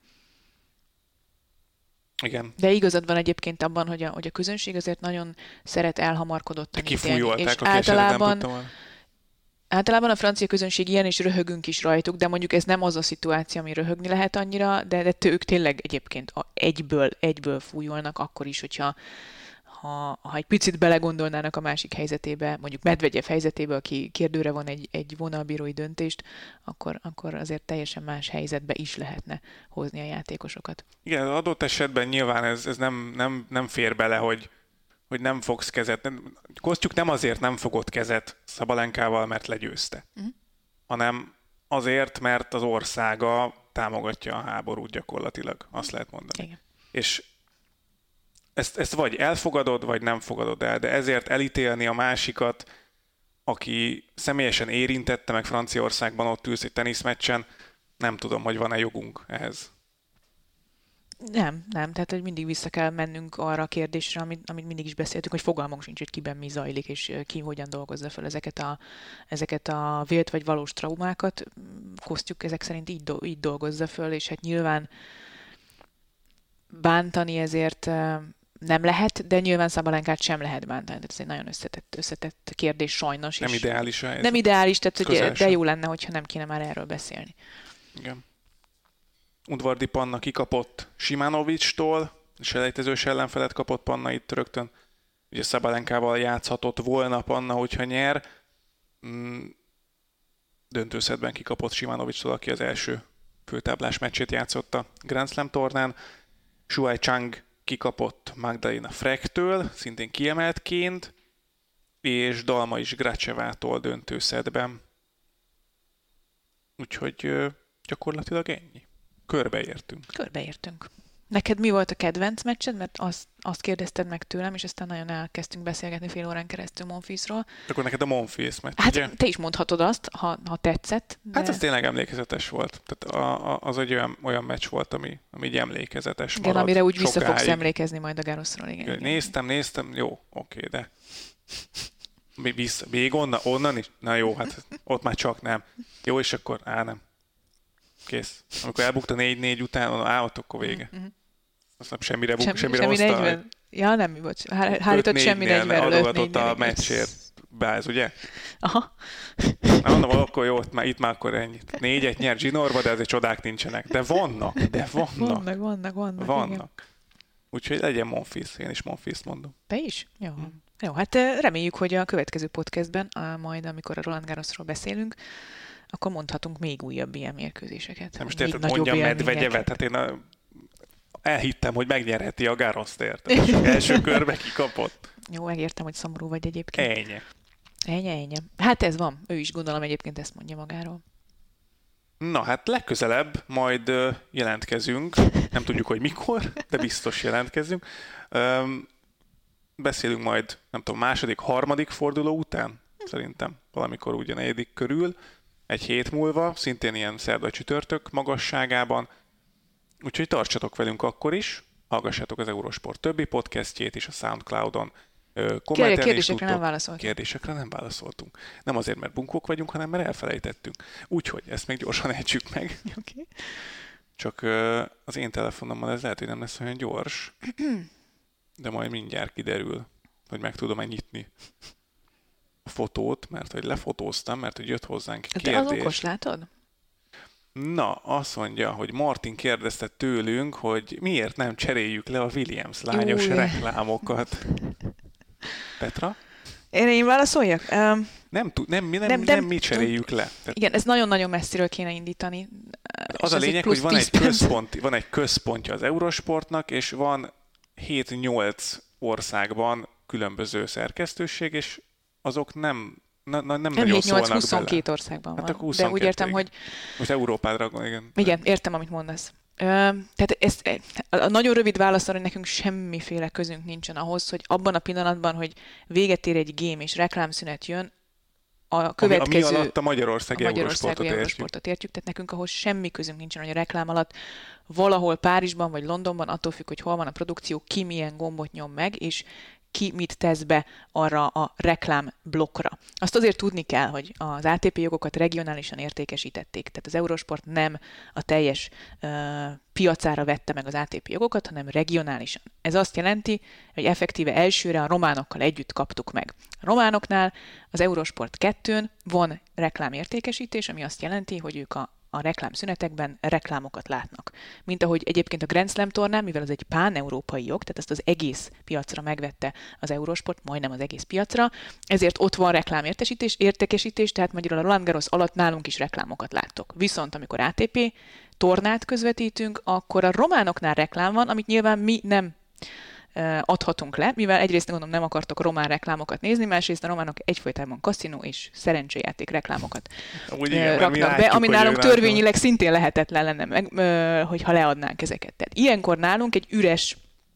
Igen. De igazad van egyébként abban, hogy a, hogy a közönség azért nagyon szeret elhamarkodottan ítélni. És általában, általában a francia közönség ilyen, és röhögünk is rajtuk, de mondjuk ez nem az a szituáció, ami röhögni lehet annyira, de, de ők tényleg egyébként a egyből, egyből fújolnak, akkor is, hogyha Ha, ha egy picit belegondolnának a másik helyzetébe, mondjuk Medvegyev helyzetébe, aki kérdőre van egy, egy vonalbírói döntést, akkor, akkor azért teljesen más helyzetbe is lehetne hozni a játékosokat. Igen, az adott esetben nyilván ez, ez nem, nem, nem fér bele, hogy, hogy nem fogsz kezet. Kosztjuk nem azért nem fogott kezet Szabalenkával, mert legyőzte, uh-huh. hanem azért, mert az országa támogatja a háborút gyakorlatilag, azt lehet mondani. Igen. És Ezt, ezt vagy elfogadod, vagy nem fogadod el, de ezért elítélni a másikat, aki személyesen érintette, meg Franciaországban ott ülsz egy teniszmeccsen, nem tudom, hogy van-e jogunk ehhez. Nem, nem. Tehát, hogy mindig vissza kell mennünk arra a kérdésre, amit, amit mindig is beszéltünk, hogy fogalmunk sincs, hogy kiben mi zajlik, és ki hogyan dolgozza fel ezeket a, ezeket a vélt vagy valós traumákat. Kosztjuk ezek szerint így, do, így dolgozza föl, és hát nyilván bántani ezért nem lehet, de nyilván Szabalenkát sem lehet bántani. Tehát ez egy nagyon összetett, összetett kérdés sajnos. Nem ideális a helyzet. Nem ideális, tehát hogy de jó lenne, hogyha nem kéne már erről beszélni. Igen. Udvardi Panna kikapott Simanovics-tól, és elejtezős ellenfelet kapott Panna itt rögtön. Ugye Szabalenkával játszhatott volna Panna, hogyha nyer. Mm, döntőszedben kikapott Simanovics-tól, aki az első főtáblás meccsét játszotta Grand Slam tornán. Shuai Chang kikapott Magdalena Frektől, szintén kiemeltként, és Dalma is Gracevától döntőszedben. Úgyhogy gyakorlatilag ennyi. Körbeértünk. Körbeértünk. Neked mi volt a kedvenc meccsed? Mert azt, azt kérdezted meg tőlem, és aztán nagyon elkezdtünk beszélgetni fél órán keresztül Monfilsról. Akkor neked a Monfils meccs, Hát ugye? te is mondhatod azt, ha, ha tetszett. De... Hát ez tényleg emlékezetes volt. Tehát a, a, az egy olyan, olyan meccs volt, ami, ami így emlékezetes igen, marad. amire úgy vissza sokáig. fogsz emlékezni majd a Garrosról. Igen, igen. Néztem, néztem, jó, oké, de... Vissza, még onnan, onnan is? Na jó, hát ott már csak nem. Jó, és akkor, á nem. Kész. Amikor elbukta négy-négy után, á, ott akkor vége. Mm-hmm. Aztán semmire, buk, Sem, semmire semmi hozta. negyven. Ja, nem, mi volt. Hárított semmi negyvenről. Adogatott a meccsért. Báz, ugye? Aha. Na mondom, akkor jó, már, itt már akkor ennyit. Négyet nyert zsinórba, de azért csodák nincsenek. De vannak, de vannak. Vannak, vannak, vannak. Vannak. Úgyhogy legyen Monfils, én is Monfils mondom. Te is? Jó. Hmm. Jó, hát reméljük, hogy a következő podcastben, majd amikor a Roland Garrosról beszélünk, akkor mondhatunk még újabb ilyen mérkőzéseket. Nem most érted, mondja Medvegyevet, hát én a... elhittem, hogy megnyerheti a Garrost, érted? És első körbe kikapott. Jó, megértem, hogy szomorú vagy egyébként. Ennyi. Ennyi, ennyi. Hát ez van. Ő is gondolom egyébként ezt mondja magáról. Na hát legközelebb majd uh, jelentkezünk. Nem tudjuk, hogy mikor, de biztos jelentkezünk. Um, beszélünk majd, nem tudom, második, harmadik forduló után? Szerintem valamikor ugye negyedik körül. Egy hét múlva, szintén ilyen szerda csütörtök magasságában. Úgyhogy tartsatok velünk akkor is. Hallgassátok az Eurosport többi podcastjét is a Soundcloudon. Kommentelni Kérdésekre nem válaszoltunk. Kérdésekre nem válaszoltunk. Nem azért, mert bunkók vagyunk, hanem mert elfelejtettünk. Úgyhogy ezt még gyorsan ejtsük meg. Okay. Csak az én telefonommal ez lehet, hogy nem lesz olyan gyors, de majd mindjárt kiderül, hogy meg tudom-e nyitni a fotót, mert hogy lefotóztam, mert hogy jött hozzánk kérdés. De az okos, látod? Na, azt mondja, hogy Martin kérdezte tőlünk, hogy miért nem cseréljük le a Williams lányos Júj. reklámokat. Petra? Én, én válaszoljak? Um, nem, tud, nem, nem, nem, nem mi cseréljük le. Tehát, igen, ez nagyon-nagyon messziről kéne indítani. Az a lényeg, hogy van egy, központ, van egy központja az Eurosportnak, és van hét-nyolc országban különböző szerkesztőség, és azok nem, na, nem, nem nagyon szólnak huszonkettő bele. országban hát van. huszonkettő, de úgy értem, igen. hogy... Most Európádra, igen. Igen, értem, amit mondasz. Tehát ez, a nagyon rövid válasz arra, hogy nekünk semmiféle közünk nincsen ahhoz, hogy abban a pillanatban, hogy véget ér egy game és reklámszünet jön, a következő... Ami alatt a Magyarországi, a Magyarországi Eurosportot, Eurosportot értjük. Tehát nekünk ahhoz semmi közünk nincsen, hogy a reklám alatt valahol Párizsban vagy Londonban, attól függ, hogy hol van a produkció, ki milyen gombot nyom meg, és ki mit tesz be arra a reklám blokkra. Azt azért tudni kell, hogy az á té pé jogokat regionálisan értékesítették, tehát az Eurosport nem a teljes uh, piacára vette meg az á té pé jogokat, hanem regionálisan. Ez azt jelenti, hogy effektíve elsőre a románokkal együtt kaptuk meg. A románoknál az Eurosport kettőn van reklámértékesítés, ami azt jelenti, hogy ők a a reklámszünetekben reklámokat látnak. Mint ahogy egyébként a Grand Slam tornán, mivel az egy pán-európai jog, tehát ezt az egész piacra megvette az Eurosport, majdnem az egész piacra, ezért ott van reklámértékesítés, értékesítés, tehát magyarul a Roland Garros alatt nálunk is reklámokat láttok. Viszont amikor á té pé tornát közvetítünk, akkor a románoknál reklám van, amit nyilván mi nem adhatunk le, mivel egyrészt gondolom nem akartok román reklámokat nézni, másrészt a románok egyfolytában kaszinó és szerencsejáték reklámokat Úgy igen, raknak látjuk, be, ami nálunk látjuk. törvényileg szintén lehetetlen lenne, meg, hogyha leadnánk ezeket. Tehát ilyenkor nálunk egy üres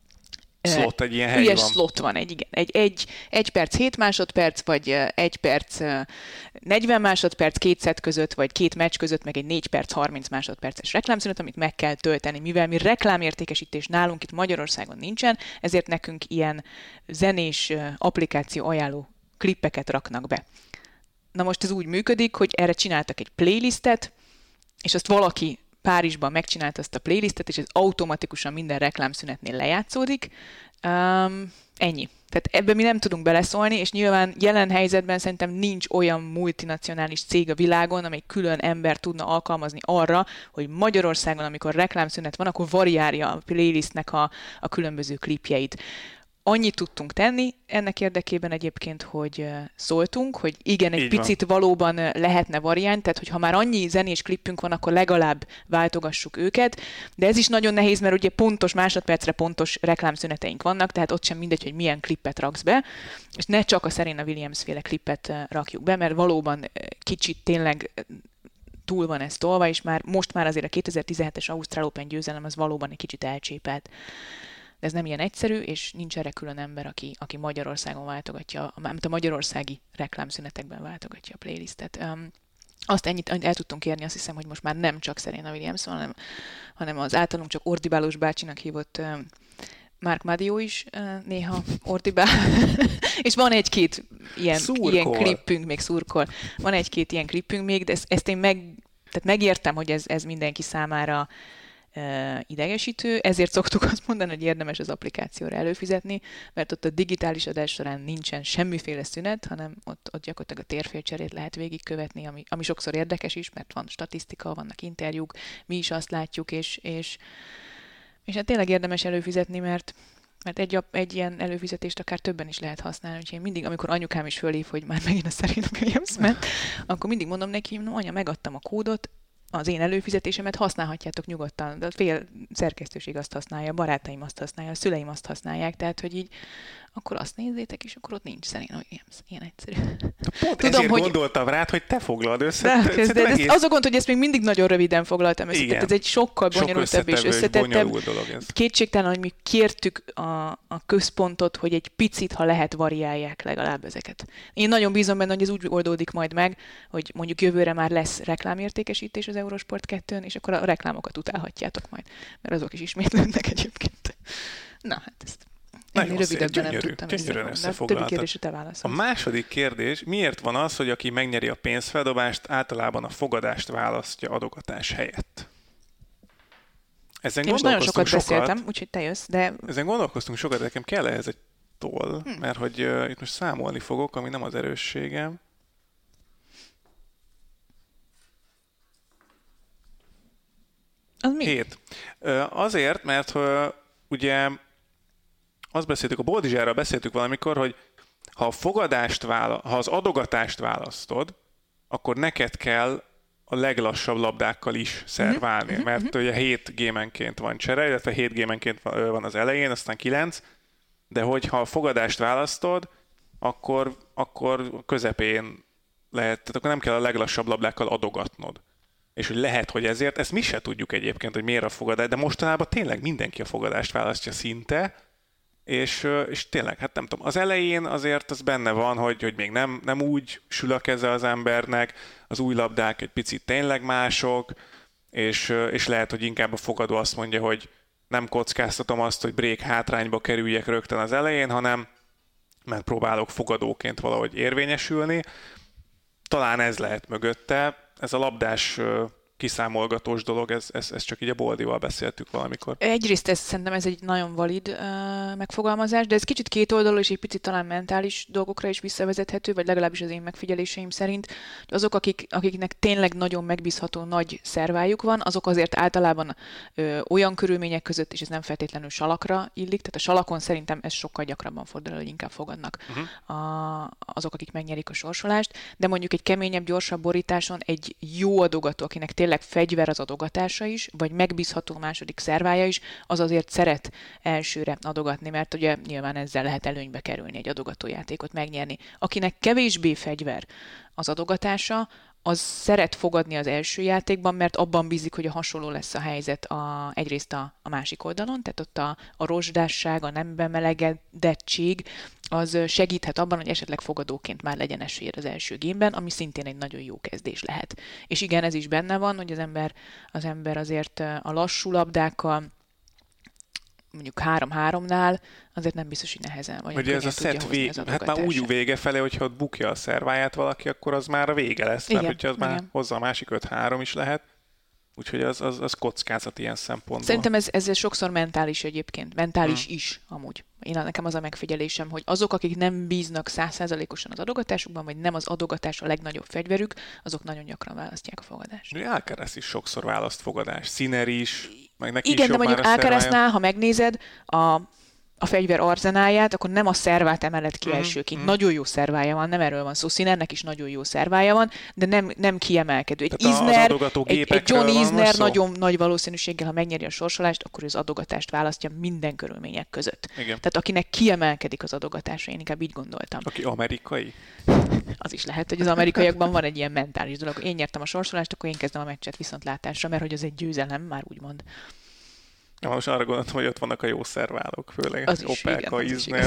Slot, egy ilyen hely üres van. slot van, egy, igen. Egy, egy, egy perc hét másodperc, vagy egy perc negyven másodperc két szett között, vagy két meccs között, meg egy négy perc harminc másodperces reklámszünet, amit meg kell tölteni. Mivel mi reklámértékesítés nálunk itt Magyarországon nincsen, ezért nekünk ilyen zenés applikáció ajánló klippeket raknak be. Na most ez úgy működik, hogy erre csináltak egy playlistet, és azt valaki Párizsban megcsinálta azt a playlistet, és ez automatikusan minden reklámszünetnél lejátszódik. Um, ennyi. Tehát ebben mi nem tudunk beleszólni, és nyilván jelen helyzetben szerintem nincs olyan multinacionális cég a világon, amely külön ember tudna alkalmazni arra, hogy Magyarországon, amikor reklámszünet van, akkor variálja a playlistnek a, a különböző klipjeit. Annyit tudtunk tenni ennek érdekében egyébként, hogy szóltunk, hogy igen, egy Így picit van. valóban lehetne variánt, tehát hogy ha már annyi zenés klippünk van, akkor legalább váltogassuk őket, de ez is nagyon nehéz, mert ugye pontos másodpercre pontos reklámszüneteink vannak, tehát ott sem mindegy, hogy milyen klippet raksz be, és ne csak a Serena Williams féle klippet rakjuk be, mert valóban kicsit tényleg túl van ez tolva, és már most már azért a kétezer-tizenhetes Ausztrál Open győzelem az valóban egy kicsit elcsépelt. De ez nem ilyen egyszerű, és nincs erre külön ember, aki, aki Magyarországon váltogatja, mármint a magyarországi reklámszünetekben váltogatja a playlistet. Um, azt ennyit el tudtunk érni, azt hiszem, hogy most már nem csak Serena Williams van, hanem, hanem az általunk csak ordibálós bácsinak hívott um, Mark Madio is uh, néha ordibál. És van egy-két ilyen, ilyen klippünk, még szurkol. Van egy-két ilyen klippünk még, de ezt, ezt én meg, tehát megértem, hogy ez, ez mindenki számára Uh, idegesítő, ezért szoktuk azt mondani, hogy érdemes az applikációra előfizetni, mert ott a digitális adás során nincsen semmiféle szünet, hanem ott, ott gyakorlatilag a térfélcserét lehet végigkövetni, ami, ami sokszor érdekes is, mert van statisztika, vannak interjúk, mi is azt látjuk, és, és, és hát tényleg érdemes előfizetni, mert Mert egy, egy ilyen előfizetést akár többen is lehet használni, úgyhogy én mindig, amikor anyukám is fölhív, hogy már megint a Serena Williams ment, akkor mindig mondom neki, hogy no, anya, megadtam a kódot, az én előfizetésemet használhatjátok nyugodtan, de a fél szerkesztőség azt használja, a barátaim azt használja, a szüleim azt használják, tehát hogy így akkor azt nézzétek, és akkor ott nincs Serena Williams. Ilyen egyszerű. Pont Tudom, ezért hogy... gondoltam rád, hogy te foglald össze. De, de, de egész... az a gond, hogy ezt még mindig nagyon röviden foglaltam össze. Tehát ez egy sokkal bonyolultabb és összetettebb. Kétségtelen, hogy mi kértük a, a központot, hogy egy picit, ha lehet, variálják legalább ezeket. Én nagyon bízom benne, hogy ez úgy oldódik majd meg, hogy mondjuk jövőre már lesz reklámértékesítés az Eurosport kettőn, és akkor a reklámokat utálhatjátok majd, mert azok is ismétlődnek egyébként. Na, hát ezt... Nagyon szép, gyönyörű, gyönyörűen összefoglaltad. A második kérdés, miért van az, hogy aki megnyeri a pénzfeldobást, általában a fogadást választja adogatás helyett? Ezen Én most nagyon sokat, sokat beszéltem, úgyhogy te jössz, de... Ezen gondolkoztunk sokat, de nekem kell ehhez egy toll, hm. mert hogy uh, itt most számolni fogok, ami nem az erősségem. Az mi? Hét. Uh, azért, mert uh, ugye... Azt beszéltük, a Boldizsárral beszéltük valamikor, hogy ha a fogadást vála, ha az adogatást választod, akkor neked kell a leglassabb labdákkal is szerválni, mm-hmm. mert ugye hét gémenként van csere, illetve hét gémenként van az elején, aztán kilenc, de hogyha a fogadást választod, akkor, akkor közepén lehet, tehát akkor nem kell a leglassabb labdákkal adogatnod. És hogy lehet, hogy ezért, ezt mi se tudjuk egyébként, hogy miért a fogadás, de mostanában tényleg mindenki a fogadást választja szinte, És, és tényleg, hát nem tudom, az elején azért az benne van, hogy, hogy még nem, nem úgy sül a keze az embernek, az új labdák egy picit tényleg mások, és, és lehet, hogy inkább a fogadó azt mondja, hogy nem kockáztatom azt, hogy break hátrányba kerüljek rögtön az elején, hanem megpróbálok fogadóként valahogy érvényesülni. Talán ez lehet mögötte, ez a labdás kiszámolgatós dolog, ez, ez, ez csak így a Boldival beszéltük valamikor. Egyrészt ez, szerintem ez egy nagyon valid uh, megfogalmazás, de ez kicsit kétoldalú, és egy picit talán mentális dolgokra is visszavezethető, vagy legalábbis az én megfigyeléseim szerint. Azok, akik, akiknek tényleg nagyon megbízható nagy szervájuk van, azok azért általában ö, olyan körülmények között, és ez nem feltétlenül salakra illik, tehát a salakon szerintem ez sokkal gyakrabban fordul, hogy inkább fogadnak uh-huh. a, azok, akik megnyerik a sorsolást, de mondjuk egy keményebb, gyorsabb borításon egy jó adogató, akinek tényleg fegyver az adogatása is, vagy megbízható második szervája is, az azért szeret elsőre adogatni, mert ugye nyilván ezzel lehet előnybe kerülni, egy adogatójátékot megnyerni. Akinek kevésbé fegyver az adogatása, az szeret fogadni az első játékban, mert abban bízik, hogy a hasonló lesz a helyzet a, egyrészt a, a másik oldalon, tehát ott a, a rozsdásság, a nem bemelegedettség, az segíthet abban, hogy esetleg fogadóként már legyen esélyed az első gémben, ami szintén egy nagyon jó kezdés lehet. És igen, ez is benne van, hogy az ember, az ember azért a lassú labdákkal, mondjuk három-háromnál azért nem biztos, hogy nehezen vagy. Ugye ez a set vég, hát már úgy vége felé, hogyha ott bukja a szerváját valaki, akkor az már a vége lesz. Igen, mert hogyha az igen. már hozzá a másik öt-három is lehet. Úgyhogy az, az, az kockázat ilyen szempontból. Szerintem ez, ez sokszor mentális egyébként. Mentális hmm. is amúgy. Én nekem az a megfigyelésem, hogy azok, akik nem bíznak száz százalékosan az adogatásukban, vagy nem az adogatás a legnagyobb fegyverük, azok nagyon gyakran választják a fogadást. Alcaraz is sokszor választ fogadást. Sinner is, meg neki igen, is de mondjuk Alcaráznál, ha megnézed, a a fegyver arzenáját, akkor nem a szervát emeled ki mm-hmm. elsőként. Mm-hmm. Nagyon jó szervája van, nem erről van szó. Sinnernek is nagyon jó szervája van, de nem, nem kiemelkedő. Egy Isner, egy, egy John Isner nagyon nagy valószínűséggel, ha megnyeri a sorsolást, akkor az adogatást választja minden körülmények között. Igen. Tehát akinek kiemelkedik az adogatása, én inkább így gondoltam. Aki amerikai? Az is lehet, hogy az amerikaiakban van egy ilyen mentális dolog. Én nyertem a sorsolást, akkor én kezdem a meccset viszontlátásra, mert hogy az egy győzelem, már úgymond. Ja, most arra gondoltam, hogy ott vannak a jó szerválók, főleg Opelka, Isner,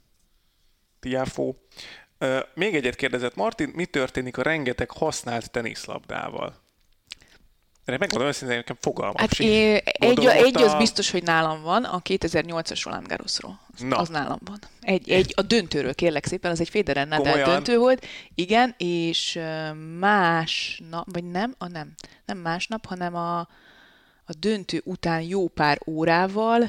Tiafoe. Uh, még egyet kérdezett Martin, mi történik a rengeteg használt teniszlabdával? Erre megmondom őszintén, nekem fogalmam hát é, egy, egy az biztos, hogy nálam van, a kétezer-nyolcas Roland Garrosról. Az, az nálam van. Egy, egy, a döntőről kérlek szépen, az egy Federer Nadal döntő volt. Igen, és másnap, vagy nem, a nem, nem másnap, hanem a a döntő után jó pár órával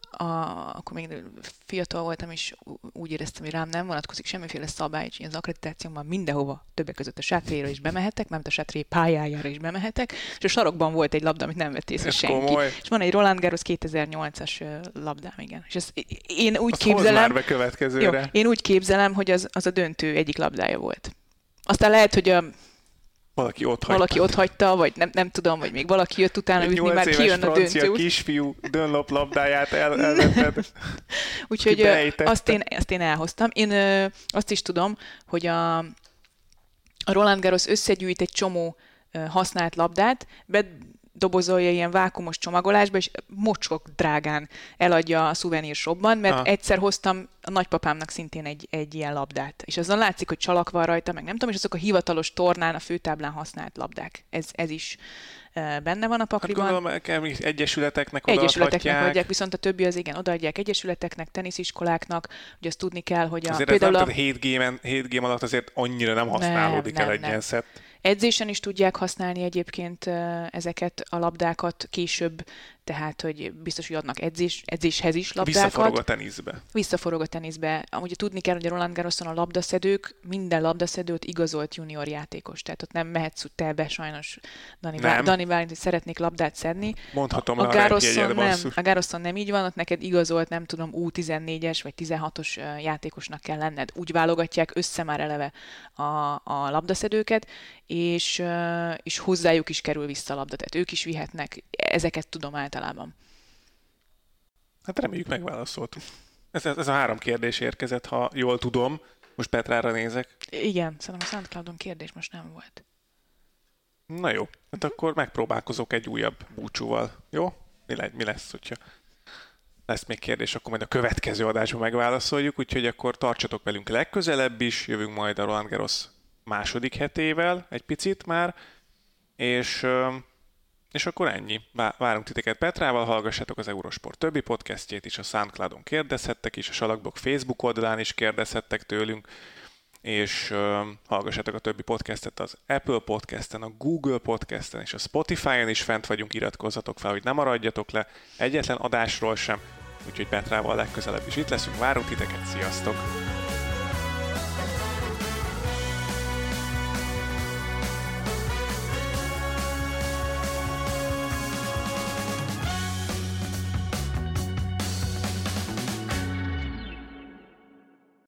a, akkor még fiatal voltam, és úgy éreztem, hogy rám nem vonatkozik semmiféle szabály, és az akkreditációmban mindenhova, többek között a Sátréra is bemehetek, mert a Sátré pályájára is bemehetek, és a sarokban volt egy labda, amit nem vett észre senki. Komoly. És van egy Roland Garros kétezer-nyolcas labdám, igen. És ezt én úgy azt képzelem... Már jó, én úgy képzelem, hogy az, az a döntő egyik labdája volt. Aztán lehet, hogy a Valaki ott hagyta. Valaki ott hagyta, vagy nem, nem tudom, vagy még valaki jött utána ütni, már kijön a döntő. Francia kisfiú Dunlop labdáját el, elvetted. Úgyhogy azt én, azt én elhoztam. Én ö, azt is tudom, hogy a, a Roland Garros összegyűjt egy csomó ö, használt labdát, bedobozolja ilyen vákumos csomagolásba, és mocskok drágán eladja a szuvenír shopban, mert ah. egyszer hoztam a nagypapámnak szintén egy, egy ilyen labdát. És azon látszik, hogy csalak van rajta, meg nem tudom, és azok a hivatalos tornán, a főtáblán használt labdák. Ez, ez is uh, benne van a pakliban. Hát gondolom, egyesületeknek odaadhatják. Egyesületeknek adják, viszont a többi az igen, odaadják egyesületeknek, tenisziskoláknak, hogy azt tudni kell, hogy a... Azért például ez nem, a... hét game alatt azért annyira nem használódik nem, el egy nem. ilyen szett. Edzésen is tudják használni egyébként ezeket a labdákat később, tehát, hogy biztos, hogy adnak edzés, edzéshez is labdákat. Visszaforog a teniszbe. Visszaforog a teniszbe. Amúgy tudni kell, hogy a Roland Garroson a labdaszedők, minden labdaszedőt igazolt junior játékos. Tehát ott nem mehetsz te be sajnos, Dani, Bá- Dani Bálint, hogy szeretnék labdát szedni. Mondhatom a, a, a Garroson nem, a Garroson nem így van, ott neked igazolt, nem tudom, U tizennégyes vagy tizenhatos játékosnak kell lenned. Úgy válogatják össze már eleve a, a labdaszedőket, és, és hozzájuk is kerül vissza a labda. Tehát ők is vihetnek. Ezeket tudom általában. Hát reméljük megválaszoltuk. Ez, ez a három kérdés érkezett, ha jól tudom. Most Petrára nézek. Igen, szerintem a SoundCloudon kérdés most nem volt. Na jó, hát akkor megpróbálkozok egy újabb búcsúval. Jó? Mi, le, mi lesz, hogyha lesz még kérdés, akkor majd a következő adásban megválaszoljuk, úgyhogy akkor tartsatok velünk legközelebb is, jövünk majd a Roland Garros második hetével egy picit már, és... És akkor ennyi. Várunk titeket Petrával, hallgassátok az Eurosport többi podcastjét is, a SoundCloudon kérdezhettek is, a Salakblog Facebook oldalán is kérdezhettek tőlünk, és uh, hallgassátok a többi podcastet az Apple Podcasten, a Google Podcasten és a Spotify-on is fent vagyunk, iratkozzatok fel, hogy ne maradjatok le egyetlen adásról sem, úgyhogy Petrával legközelebb is itt leszünk, várunk titeket, sziasztok!